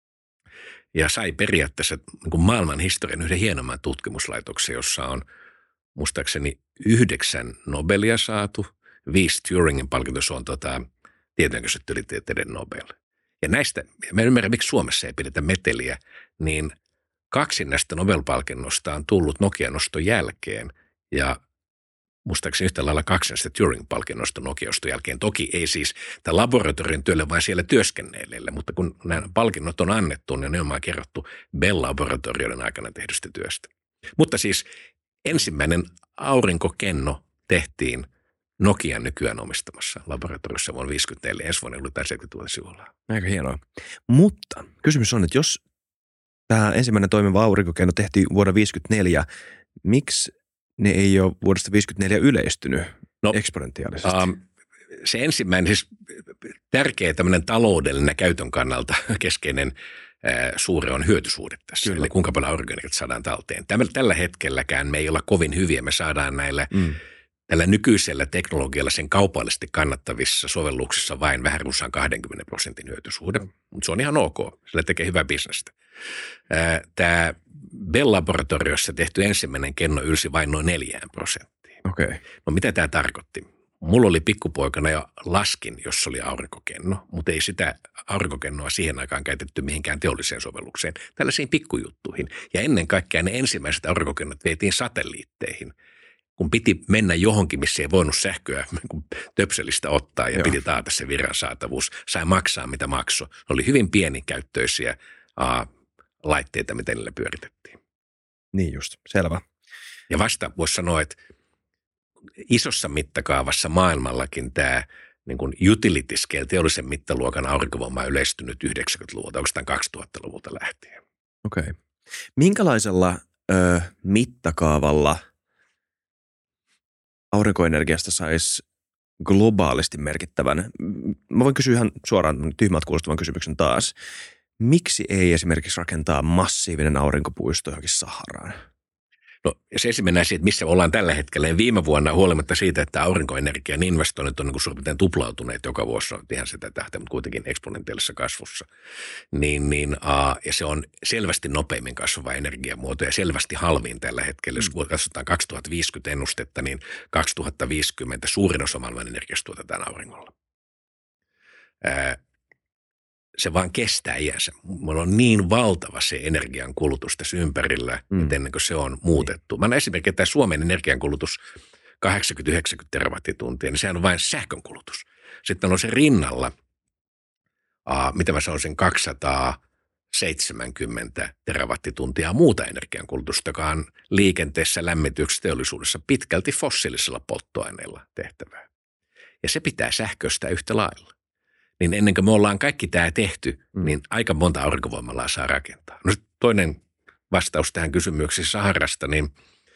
Ja sai periaatteessa niin kuin maailman historian yhden hienomman tutkimuslaitoksen, jossa on muistaakseni yhdeksän Nobelia saatu, viisi Turingin palkinto, se on tota, tietojenkäsittelytieteiden Nobel. Ja näistä, mä ymmärrän, miksi Suomessa ei pidetä meteliä, niin kaksi näistä Nobel-palkinnosta on tullut Nokian oston jälkeen ja muistaakseni yhtä lailla kaksi näistä Turing-palkinnosta Nokia-oston jälkeen. Toki ei siis tämä laboratorion työlle, vaan siellä työskennelleille, mutta kun nämä palkinnot on annettu, niin ne on kerrottu Bell-laboratorioiden aikana tehdystä työstä. Mutta siis ensimmäinen aurinkokenno tehtiin Nokian nykyään omistamassa laboratoriossa vuonna tuhatyhdeksänsataaviisikymmentäneljä. Ensi vuonna oli tämä seitsemänkymmentä sivulla. Aika hienoa. Mutta kysymys on, että jos tämä ensimmäinen toimiva aurinkokenno tehtiin vuonna tuhatyhdeksänsataaviisikymmentäneljä, miksi ne ei ole vuodesta tuhatyhdeksänsataaviisikymmentäneljä yleistynyt no, eksponentiaalisesti? Um, se ensimmäinen, siis tärkeä tämmöinen taloudellinen käytön kannalta keskeinen ää, suuri on hyötysuhde tässä. Kyllä. Eli kuinka paljon aurinkoenergiaa saadaan talteen. Tällä, tällä hetkelläkään me ei olla kovin hyviä. Me saadaan näillä mm. tällä nykyisellä teknologialla sen kaupallisesti kannattavissa sovelluksissa vain vähän runsaan kaksikymmentä prosentin hyötysuhde. Mutta se on ihan ok. Sillä tekee hyvää bisnestä. Tämä Bell-laboratoriossa tehty ensimmäinen kenno ylsi vain noin neljään prosenttiin. Okay. No mitä tämä tarkoitti? Mulla oli pikkupoikana jo laskin, jos oli aurinkokenno, mutta ei sitä aurinkokennoa siihen aikaan käytetty mihinkään teolliseen sovellukseen, tällaisiin pikkujuttuihin. Ja ennen kaikkea ne ensimmäiset aurinkokennot vietiin satelliitteihin, kun piti mennä johonkin, missä ei voinut sähköä töpselistä ottaa ja Joo. piti taata se virran saatavuus. Sai maksaa, mitä maksoi. Ne oli hyvin pienikäyttöisiä uh, laitteita, mitä niillä pyöritettiin. Niin just, selvä. Ja vasta voisi sanoa, että isossa mittakaavassa maailmallakin tämä niin kuin utility scale, teollisen mittaluokan aurinkovoima on yleistynyt yhdeksänkymmentäluvulta, oikeastaan kaksituhattaluvulta lähtien. Okei. Okay. Minkälaisella ö, mittakaavalla aurinkoenergiasta saisi globaalisti merkittävän? Mä voin kysyä ihan suoraan tyhmät kuulostavan kysymyksen taas. Miksi ei esimerkiksi rakentaa massiivinen aurinkopuisto johonkin Saharaan? No se ensimmäinen asia, että missä ollaan tällä hetkellä. Ja viime vuonna huolimatta siitä, että aurinkoenergian investoinnit on niin kuin suurin piirtein tuplautuneet joka vuosi, on ihan sitä tähtä, mutta kuitenkin eksponentiaalisessa kasvussa. Niin, niin, uh, ja se on selvästi nopeimmin kasvava energiamuoto ja selvästi halvin tällä hetkellä. Jos katsotaan kaksituhattaviisikymmentä ennustetta, niin kaksituhattaviisikymmentä suurin osa maailman energiasta tuotetaan auringolla. Uh, Se vaan kestää iänsä. Mulla on niin valtava se energiankulutus tässä ympärillä, mm. että ennen kuin se on muutettu. Mä annan esimerkiksi, että Suomen energiankulutus kahdeksankymmentä yhdeksänkymmentä terawattituntia, niin sehän on vain sähkönkulutus. Sitten on se rinnalla, uh, mitä mä sanoisin, kaksisataaseitsemänkymmentä terawattituntia muuta energiankulutusta, joka on liikenteessä, lämmityksessä, teollisuudessa pitkälti fossiilisella polttoaineella tehtävää. Ja se pitää sähköistää yhtä lailla. Niin ennen kuin me ollaan kaikki tämä tehty, mm. niin aika monta aurinkovoimalaa saa rakentaa. No toinen vastaus tähän kysymykseen Saharasta, niin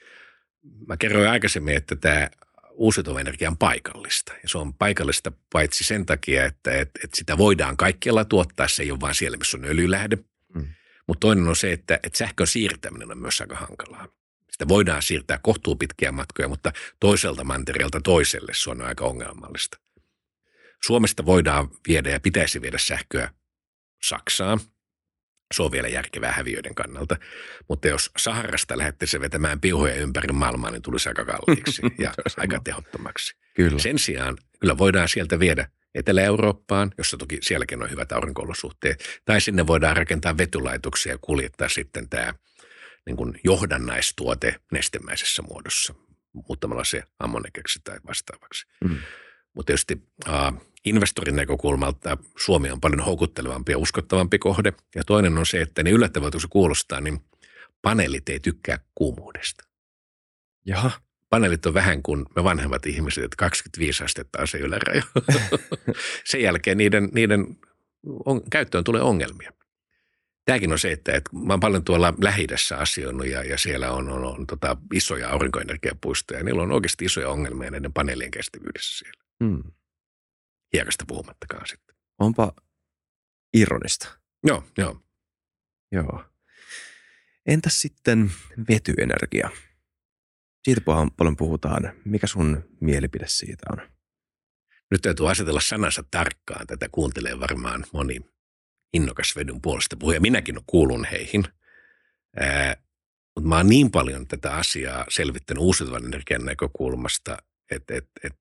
mä kerroin aikaisemmin, että tämä uusiutuva energia on paikallista. Ja se on paikallista paitsi sen takia, että, että, että sitä voidaan kaikkialla tuottaa, se ei ole vain siellä, missä on öljylähde. Mm. Mutta toinen on se, että, että sähkön siirtäminen on myös aika hankalaa. Sitä voidaan siirtää kohtuupitkiä matkoja, mutta toiselta mantereelta toiselle se on aika ongelmallista. Suomesta voidaan viedä ja pitäisi viedä sähköä Saksaan. Se on vielä järkevää häviöiden kannalta. Mutta jos Saharasta lähdettäisiin vetämään piuhoja ympäri maailmaa, niin tulisi aika kalliiksi ja aika tehottomaksi. Kyllä. Sen sijaan kyllä voidaan sieltä viedä Etelä-Eurooppaan, jossa toki sielläkin on hyvät aurinko-olosuhteet. Tai sinne voidaan rakentaa vetylaitoksia ja kuljettaa sitten tämä niin kuin johdannaistuote nestemäisessä muodossa, muuttamalla se ammoniaksi tai vastaavaksi. Mm. Mutta tietysti äh, investorin näkökulmalta Suomi on paljon houkuttelevampi ja uskottavampi kohde. Ja toinen on se, että niin yllättävältä kun se kuulostaa, niin paneelit ei tykkää kuumuudesta. Jaha. Paneelit on vähän kuin me vanhemmat ihmiset, että kaksikymmentäviisi astetta on se yläraja. Sen jälkeen niiden, niiden on, käyttöön tulee ongelmia. Tämäkin on se, että, että mä oon paljon tuolla Lähi-idässä asioinut ja, ja siellä on, on, on tota, isoja aurinkoenergiapuistoja. Ja niillä on oikeasti isoja ongelmia näiden paneelien kestävyydessä siellä. Hmm. Hiekasta puhumattakaan sitten. Onpa ironista. Joo, joo. Joo. Entäs sitten vetyenergia? Siitä paljon puhutaan. Mikä sun mielipide siitä on? Nyt täytyy asetella sanansa tarkkaan. Tätä kuuntelee varmaan moni innokas vedyn puolesta puhuja. Minäkin kuulun heihin. Ää, mutta mä oon niin paljon tätä asiaa selvittänyt uusiutuvan energian näkökulmasta, että et, et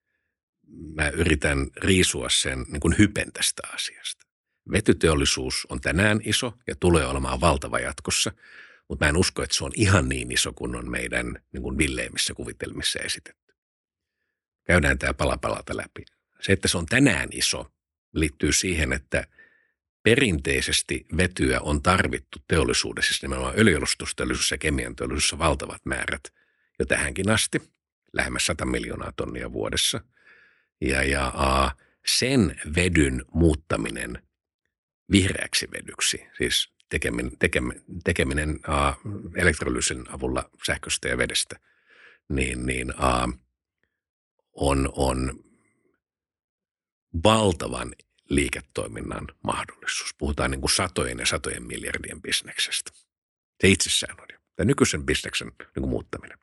mä yritän riisua sen niin kuin hypen tästä asiasta. Vetyteollisuus on tänään iso ja tulee olemaan valtava jatkossa, mutta mä en usko, että se on ihan niin iso kuin on meidän niin kuin villeimmissä kuvitelmissa esitetty. Käydään tämä pala palalta läpi. Se, että se on tänään iso, liittyy siihen, että perinteisesti vetyä on tarvittu teollisuudessa, siis nimenomaan öljyjalostusteollisuudessa ja kemian teollisuudessa valtavat määrät jo tähänkin asti, lähemmäs sata miljoonaa tonnia vuodessa. Ja, ja a, sen vedyn muuttaminen vihreäksi vedyksi, siis tekeminen, tekeminen, tekeminen a, elektrolyysin avulla sähköstä ja vedestä, niin, niin a, on, on valtavan liiketoiminnan mahdollisuus. Puhutaan niin kuin satojen ja satojen miljardien bisneksestä. Se itsessään on jo. Tämä nykyisen bisneksen niin kuin muuttaminen.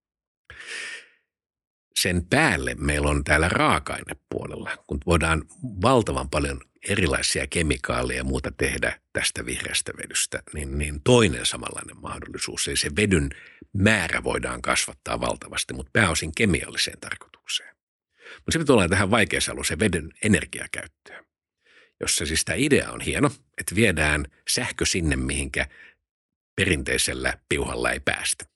Sen päälle meillä on täällä raaka-ainepuolella, kun voidaan valtavan paljon erilaisia kemikaaleja ja muuta tehdä tästä vihreästä vedystä, niin, niin toinen samanlainen mahdollisuus. Eli se vedyn määrä voidaan kasvattaa valtavasti, mutta pääosin kemialliseen tarkoitukseen. Mutta sitten tullaan tähän vaikeassa alueeseen vedyn energiakäyttöön, jossa siis tämä idea on hieno, että viedään sähkö sinne, mihinkä perinteisellä piuhalla ei päästä.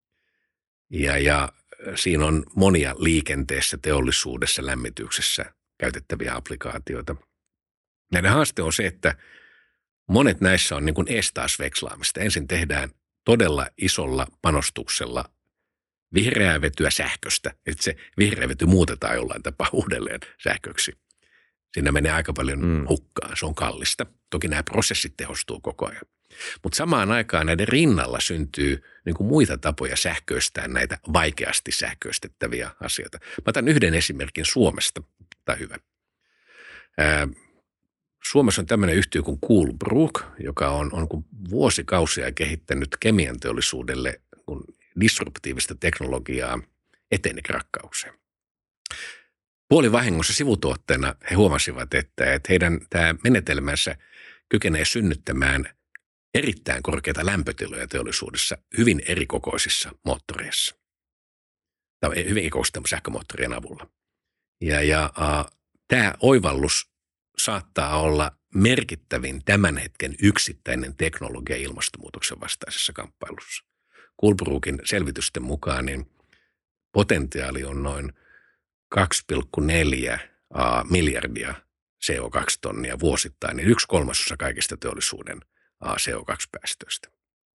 Ja, ja siinä on monia liikenteessä, teollisuudessa, lämmityksessä käytettäviä applikaatioita. Näiden haaste on se, että monet näissä on niin kuin ees-taas vekslaamista. Ensin tehdään todella isolla panostuksella vihreää vetyä sähköstä, että se vihreä vety muutetaan jollain tapaa uudelleen sähköksi. Siinä menee aika paljon mm. hukkaan, se on kallista. Toki nämä prosessit tehostuu koko ajan. Mutta samaan aikaan näiden rinnalla syntyy niin kuin muita tapoja sähköistää näitä vaikeasti sähköistettäviä asioita. Mä otan yhden esimerkin Suomesta, tai hyvä. Ää, Suomessa on tämmöinen yhtiö kuin Coolbrook, joka on, on vuosikausia kehittänyt kemian teollisuudelle disruptiivista teknologiaa etenikerakkaukseen. Puolivahingossa sivutuotteena he huomasivat, että, että heidän tämä menetelmänsä kykenee synnyttämään erittäin korkeita lämpötiloja teollisuudessa hyvin erikokoisissa moottoreissa. Tai hyvin erikokoisten sähkömoottorien avulla. Ja, ja äh, tämä oivallus saattaa olla merkittävin tämän hetken yksittäinen teknologia ilmastonmuutoksen vastaisessa kamppailussa. Coolbrookin selvitysten mukaan niin potentiaali on noin kaksi pilkku neljä uh, miljardia C O kaksi tonnia vuosittain, niin yksi kolmasosa kaikista teollisuuden uh, C O kaksi päästöistä.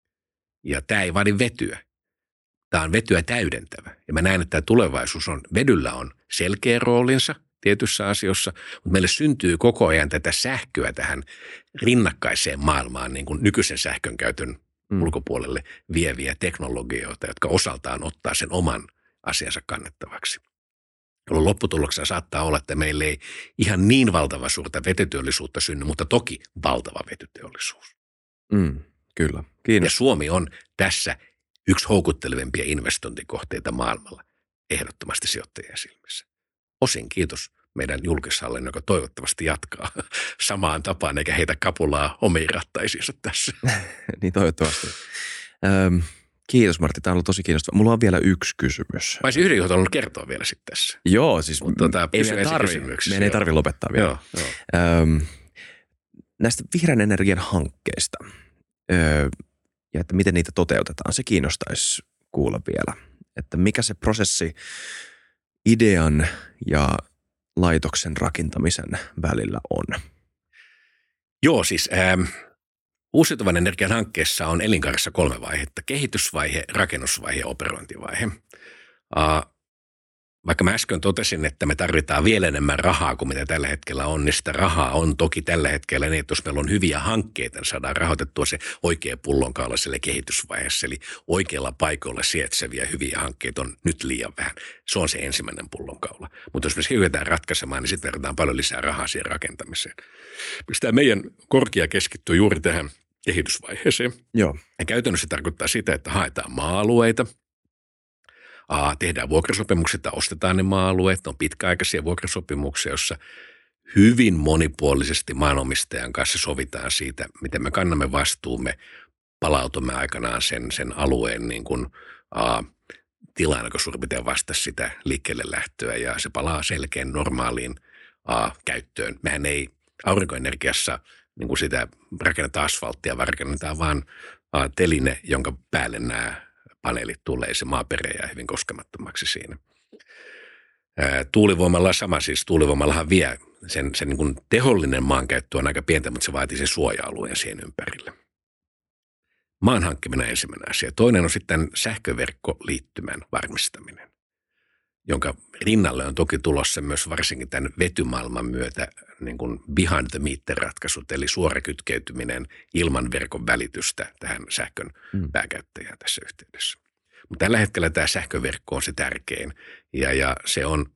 Ja tämä ei vaadi vetyä. Tämä on vetyä täydentävä. Ja mä näen, että tämä tulevaisuus on, vedyllä on selkeä roolinsa tietyissä asioissa, mutta meille syntyy koko ajan tätä sähköä tähän rinnakkaiseen maailmaan, niin kuin nykyisen sähkön käytön mm. ulkopuolelle vieviä teknologioita, jotka osaltaan ottaa sen oman asiansa kannettavaksi. Jolloin lopputuloksena saattaa olla, että meillä ei ihan niin valtava suurta vetyteollisuutta synny, mutta toki valtava vetyteollisuus. Mm, kyllä. Kiinnostaa. Ja Suomi on tässä yksi houkuttelevimpia investointikohteita maailmalla, ehdottomasti sijoittajien silmissä. Osin kiitos meidän julkishallinnon, joka toivottavasti jatkaa samaan tapaan, eikä heitä kapulaa omiin rattaisiinsa tässä. Niin toivottavasti. Öm, kiitos Martti, tämä on ollut tosi kiinnostavaa. Mulla on vielä yksi kysymys. Mä olisin yhden halunnut kertoa vielä sitten tässä. Joo, siis Mutta tota, ei meidän tarvi, meidän ei tarvitse lopettaa vielä. Joo, joo. Öm, näistä vihreän energian hankkeista öö, ja että miten niitä toteutetaan, se kiinnostaisi kuulla vielä. Että mikä se prosessi idean ja laitoksen rakentamisen välillä on? Joo, siis ähm, uusiutuvan energian hankkeessa on elinkaarissa kolme vaihetta. Kehitysvaihe, rakennusvaihe ja operointivaihe. Äh, vaikka mä äsken totesin, että me tarvitaan vielä enemmän rahaa kuin mitä tällä hetkellä on, niin sitä rahaa on toki tällä hetkellä niin, että jos meillä on hyviä hankkeita, niin saadaan rahoitettua se oikea pullonkaula sille kehitysvaiheessa. Eli oikealla paikoilla sijaitsevia hyviä hankkeita on nyt liian vähän. Se on se ensimmäinen pullonkaula. Mutta jos me se kyetään ratkaisemaan, niin sitten tarvitaan paljon lisää rahaa siihen rakentamiseen. Tämä meidän korkea keskittyy juuri tähän kehitysvaiheeseen. Joo. Ja käytännössä se tarkoittaa sitä, että haetaan maa-alueita. A, tehdään vuokrasopimukset tai ostetaan ne maa-alueet. On pitkäaikaisia vuokrasopimuksia, jossa hyvin monipuolisesti maanomistajan kanssa sovitaan siitä, miten me kannamme vastuumme, palautumme aikanaan sen, sen alueen niin kuin, a, tilaan, joka suurin piirtein vastasi sitä liikkeelle lähtöä ja se palaa selkeän normaaliin a, käyttöön. Mehän ei aurinkoenergiassa niin kuin sitä rakenneta asfalttia, vaan rakennetaan vaan a, teline, jonka päälle nämä paneelit tulee, se maaperä jää hyvin koskemattomaksi siinä. Ää, tuulivoimalla sama, siis tuulivoimallahan vie, sen, sen niin kuin tehollinen maankäyttö on aika pientä, mutta se vaatii sen suoja-alueen siihen ympärille. Maan hankkiminen on ensimmäinen asia. Toinen on sitten sähköverkkoliittymän varmistaminen, jonka rinnalle on toki tulossa myös varsinkin tämän vetymaailman myötä niin kuin behind the meter ratkaisut, eli suora kytkeytyminen ilman verkon välitystä tähän sähkön mm. pääkäyttäjään tässä yhteydessä. Mutta tällä hetkellä tämä sähköverkko on se tärkein ja, ja se on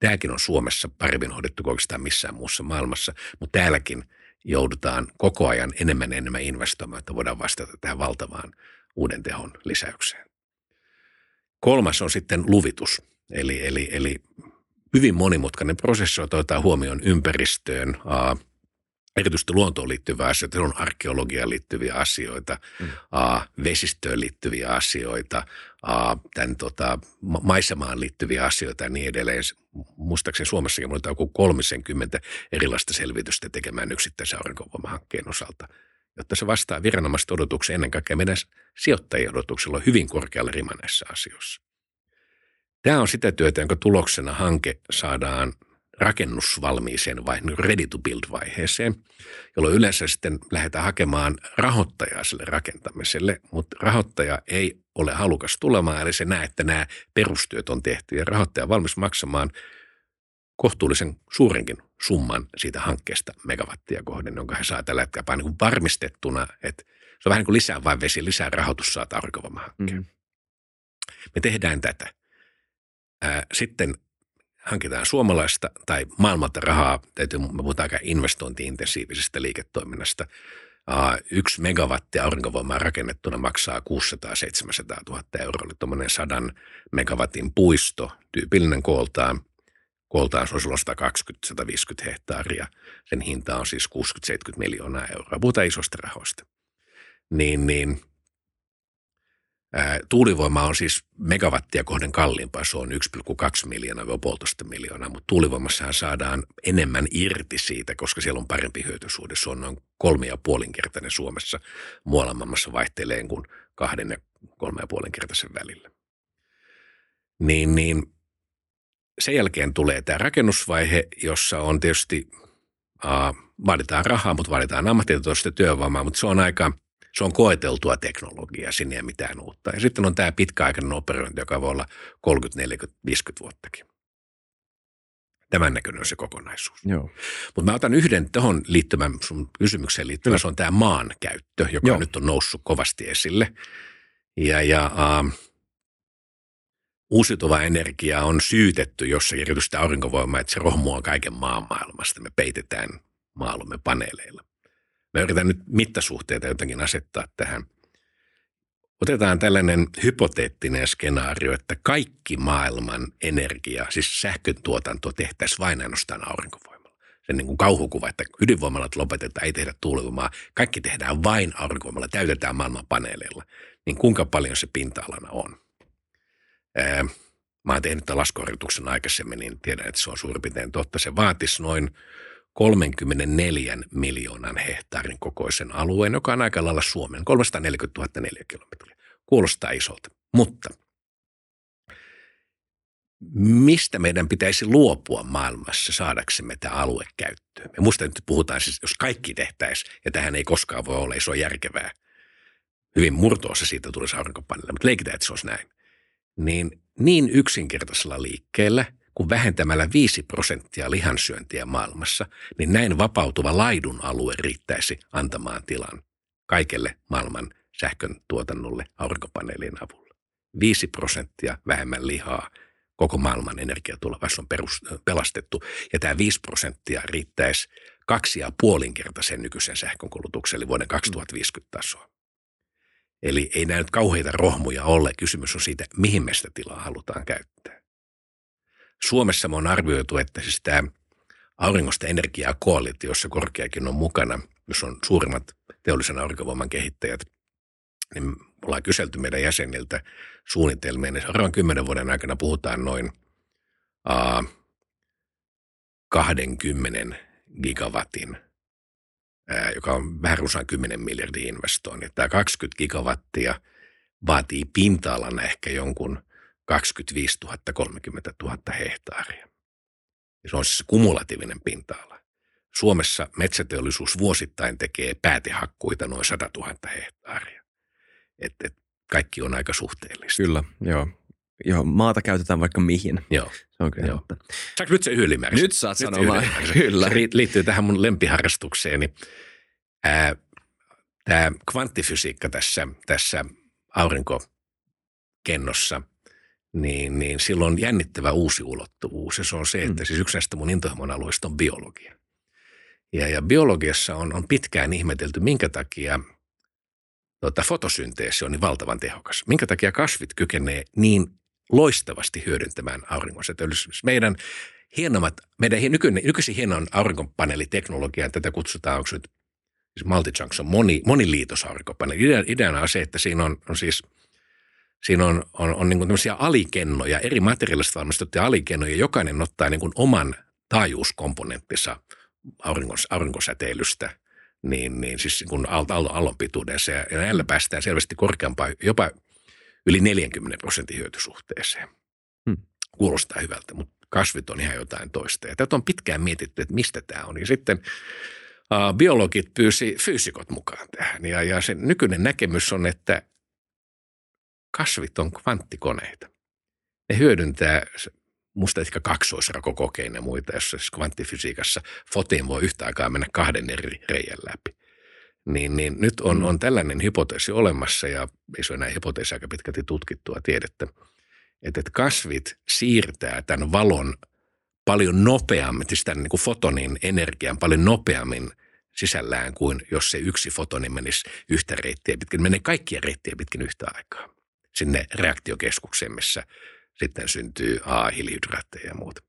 Tämäkin on Suomessa paremmin hoidettu kuin oikeastaan missään muussa maailmassa, mutta täälläkin joudutaan koko ajan enemmän enemmän investoimaan, että voidaan vastata tähän valtavaan uuden tehon lisäykseen. Kolmas on sitten luvitus, eli, eli, eli hyvin monimutkainen prosessi, otetaan huomioon ympäristöön, aa, erityisesti luontoon liittyviä asioita, on arkeologiaan liittyviä asioita, mm. aa, vesistöön liittyviä asioita, aa, tämän, tota, maisemaan liittyviä asioita ja niin edelleen. Muistaakseni Suomessakin on joku kolmekymmentä erilaista selvitystä tekemään yksittäisen aurinkovoimahankkeen osalta, jotta se vastaa viranomaisten odotuksia ennen kaikkea meidän sijoittajien odotuksella on hyvin korkealla rima näissä asioissa. Tämä on sitä työtä, jonka tuloksena hanke saadaan rakennusvalmiiseen vai ready to build -vaiheeseen, jolloin yleensä sitten lähdetään hakemaan rahoittajaa sille rakentamiselle, mutta rahoittaja ei ole halukas tulemaan, eli se näe, että nämä perustyöt on tehty ja rahoittaja on valmis maksamaan kohtuullisen suurenkin summan siitä hankkeesta megawattia kohden, jonka he saa tällä hetkellä niin kuin varmistettuna, että se on vähän niin kuin lisää vain vesi, lisää rahoitus saa aurinkovoimahankkeen. Mm-hmm. Me tehdään tätä. Ää, sitten hankitaan suomalaista tai maailmalta rahaa, täytyy, me puhutaan aika investointi-intensiivisestä liiketoiminnasta. Ää, yksi megawatti aurinkovoimaa rakennettuna maksaa kuusisataa seitsemänsataa tuhatta euroa, eli tuommoinen sadan megawatin puisto, tyypillinen kooltaan. Kooltaan se on silloin sata kaksikymmentä sata viisikymmentä hehtaaria. Sen hinta on siis kuusikymmentä seitsemänkymmentä miljoonaa euroa. Puhutaan isosta rahoista. Niin, niin ää, tuulivoima on siis megawattia kohden kalliimpaa. Se on yksi pilkku kaksi miljoonaa vai puolitoista miljoonaa, mutta tuulivoimassahan saadaan enemmän irti siitä, koska siellä on parempi hyötysuhde. Se on noin kolme ja puolinkertainen Suomessa. Muualla maailmassa vaihtelee kuin kahden ja kolme ja puolinkertaisen välillä. Niin, niin sen jälkeen tulee tämä rakennusvaihe, jossa on tietysti, äh, vaaditaan rahaa, mutta vaaditaan ammattitaitoista työvoimaa, mutta se on aika, se on koeteltua teknologiaa, sinne ei mitään uutta. Ja sitten on tämä pitkäaikainen operointi, joka voi olla kolmekymmentä, neljäkymmentä, viisikymmentä vuottakin. Tämän näköinen on se kokonaisuus. Mutta mä otan yhden tuohon liittymän, sun kysymykseen liittyvän, se on tämä maankäyttö, joka Joo. nyt on noussut kovasti esille. Ja, ja äh, uusiutuva energia on syytetty jossakin erityisesti aurinkovoimaa, että se rohmuaa kaiken maan maailmasta. Me peitetään maailmamme paneeleilla. Me yritän nyt mittasuhteita jotenkin asettaa tähän. Otetaan tällainen hypoteettinen skenaario, että kaikki maailman energia, siis sähkön tuotanto tehtäisiin vain ainoastaan aurinkovoimalla. Se niin kuin kauhukuva, että ydinvoimalat lopetetaan, ei tehdä tuulivoimaa. Kaikki tehdään vain aurinkovoimalla, täytetään maailman paneeleilla. Niin kuinka paljon se pinta-alana on? Ää, mä oon tehnyt tämän laskuharjoituksen aikaisemmin, niin tiedän, että se on suurin piirtein totta. Se vaatisi noin kolmekymmentäneljä miljoonan hehtaarin kokoisen alueen, joka on aika lailla Suomen, kolmesataaneljäkymmentätuhatta neliökilometriä. Kuulostaa isolta, mutta mistä meidän pitäisi luopua maailmassa saadaksemme tämä alue käyttöön? Ja musta nyt puhutaan siis, jos kaikki tehtäisiin, ja tähän ei koskaan voi olla, ei se ole järkevää. Hyvin murto-osa siitä tulisi aurinkopaneelilla, mutta leikitään, että se olisi näin. Niin, niin yksinkertaisella liikkeellä, kun vähentämällä viisi prosenttia lihansyöntiä maailmassa, niin näin vapautuva laidun alue riittäisi antamaan tilan kaikelle maailman sähkön tuotannolle aurinkopaneelien avulla. Viisi prosenttia vähemmän lihaa, koko maailman energiatulevaisuus on perus, pelastettu, ja tämä viisi prosenttia riittäisi kaksi ja puolinkertaisen nykyisen sähkönkulutuksen, eli vuoden kaksituhattaviisikymmentä tasoa. Eli ei nämä nyt kauheita rohmuja ole. Kysymys on siitä, mihin me sitä tilaa halutaan käyttää. Suomessa me on arvioitu, että siis tämä auringosta energiaa koalitio, jossa Korkeakin on mukana, jos on suurimmat teollisen aurinkovoiman kehittäjät, niin ollaan kyselty meidän jäseniltä suunnitelmia, niin seuraavan kymmenen vuoden aikana puhutaan noin uh, kaksikymmentä gigawatin, uh, joka on vähän rusaan kymmenen miljardin investointi. Tämä kaksikymmentä gigawattia vaatii pinta-alana ehkä jonkun kaksikymmentäviisituhatta kolmekymmentätuhatta hehtaaria. Ja se on siis kumulatiivinen pinta-ala. Suomessa metsäteollisuus vuosittain tekee päätehakkuita noin satatuhatta hehtaaria. Et, et kaikki on aika suhteellista. Kyllä, joo. Joo, maata käytetään vaikka mihin. Joo. Se on kyllä. Joo. Saanko nyt se ylimääräistä? Nyt saat sanomaan, kyllä. Se liittyy tähän mun lempiharrastukseeni. Tämä kvanttifysiikka tässä, tässä aurinkokennossa, niin, niin silloin on jännittävä uusi ulottuvuus. Ja se on se, että mm. siis yksi näistä mun intohimon alueista on biologia. Ja, ja biologiassa on, on pitkään ihmetelty, minkä takia tota, fotosynteesi on niin valtavan tehokas. Minkä takia kasvit kykenee niin loistavasti hyödyntämään auringonsäteilyä. Meidän hienommat, meidän nykyinen, nykyisin hienon aurinkopaneeliteknologia, tätä kutsutaan, onko nyt siis multi-junction, moni, moniliitosaurinkopaneeli. Idea, ideana on se, että siinä on, on siis Siinä on, on, on niin kuin tämmöisiä alikennoja, eri materiaalista valmistettuja alikennoja. Jokainen ottaa niin kuin oman taajuuskomponenttinsa aurinkos, aurinkosäteilystä, niin, niin siis niin kuin aallon pituudessa. Ja näillä päästään selvästi korkeampaan, jopa yli neljänkymmenen prosentin hyötysuhteeseen. Hmm. Kuulostaa hyvältä, mutta kasvit on ihan jotain toista. Ja tätä on pitkään mietitty, että mistä tämä on. Ja sitten uh, biologit pyysi fyysikot mukaan tähän. Ja, ja sen nykyinen näkemys on, että kasvit on kvanttikoneita. Ne hyödyntää, musta ehkä kaksoisrakokokeina ja muita, jossa siis kvanttifysiikassa fotiin voi yhtä aikaa mennä kahden eri reijän läpi. Niin, niin nyt on, on tällainen hypoteesi olemassa, ja ei se ole näin hypoteesi aika pitkälti tutkittua tiedettä, että, että kasvit siirtää tämän valon paljon nopeammin, siis tämän niin kuin fotonin energian paljon nopeammin sisällään kuin jos se yksi fotoni menisi yhtä reittiä pitkin, menee kaikkia reittiä pitkin yhtä aikaa sinne reaktiokeskukseen, missä sitten syntyy A-hiilihydraatteja ja muuta.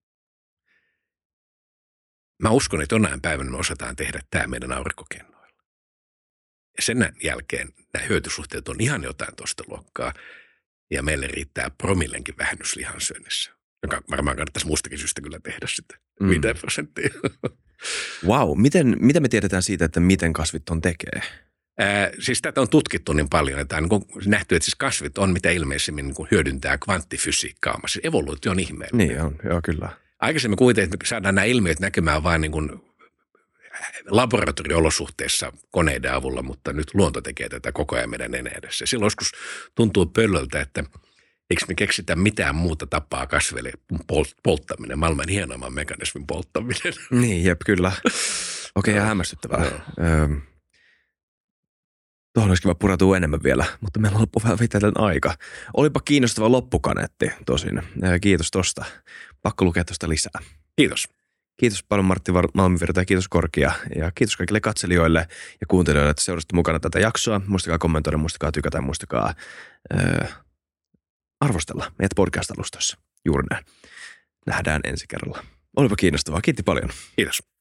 Mä uskon, että jonain päivänä me osataan tehdä tämä meidän aurinkokennoilla. Ja sen jälkeen nämä hyötysuhteet on ihan jotain tuosta luokkaa, ja meille riittää promillenkin vähennys lihansyönnissä, joka varmaan kannattaisi muustakin syystä kyllä tehdä sitä mm. viisi prosenttia. Wow, miten, mitä me tiedetään siitä, että miten kasvit ton tekee? Ää, siis tätä on tutkittu niin paljon, että on nähty, että siis kasvit on mitä ilmeisimmin niin kuin hyödyntää kvanttifysiikkaa. Siis evoluutio on ihmeellinen. Niin on, joo kyllä. Aikaisemmin kuitenkin, että saadaan nämä ilmiöt näkemään vain niin kuin laboratorio-olosuhteissa koneiden avulla, mutta nyt luonto tekee tätä koko ajan meidän nenän edessä. Silloin joskus tuntuu pöllöltä, että eikö me keksitä mitään muuta tapaa kasveille polttaminen, maailman hienoimman mekanismin polttaminen. Niin, jep, kyllä. Okei, okay, ja hämmästyttävää. Öö, tuohon olisi kiva pureutua enemmän vielä, mutta meillä loppuu vähän vitellen aika. Olipa kiinnostava loppukaneetti tosin. Kiitos tosta. Pakko lukea tosta lisää. Kiitos. Kiitos paljon Martti Malmivirta ja kiitos Korkia. Ja kiitos kaikille katselijoille ja kuuntelijoille, että seurasitte mukana tätä jaksoa. Muistakaa kommentoida, muistakaa tykätä, muistakaa öö, arvostella meidät podcast-alustoissa. Juuri näin. Nähdään ensi kerralla. Olipa kiinnostavaa. Kiitti paljon. Kiitos.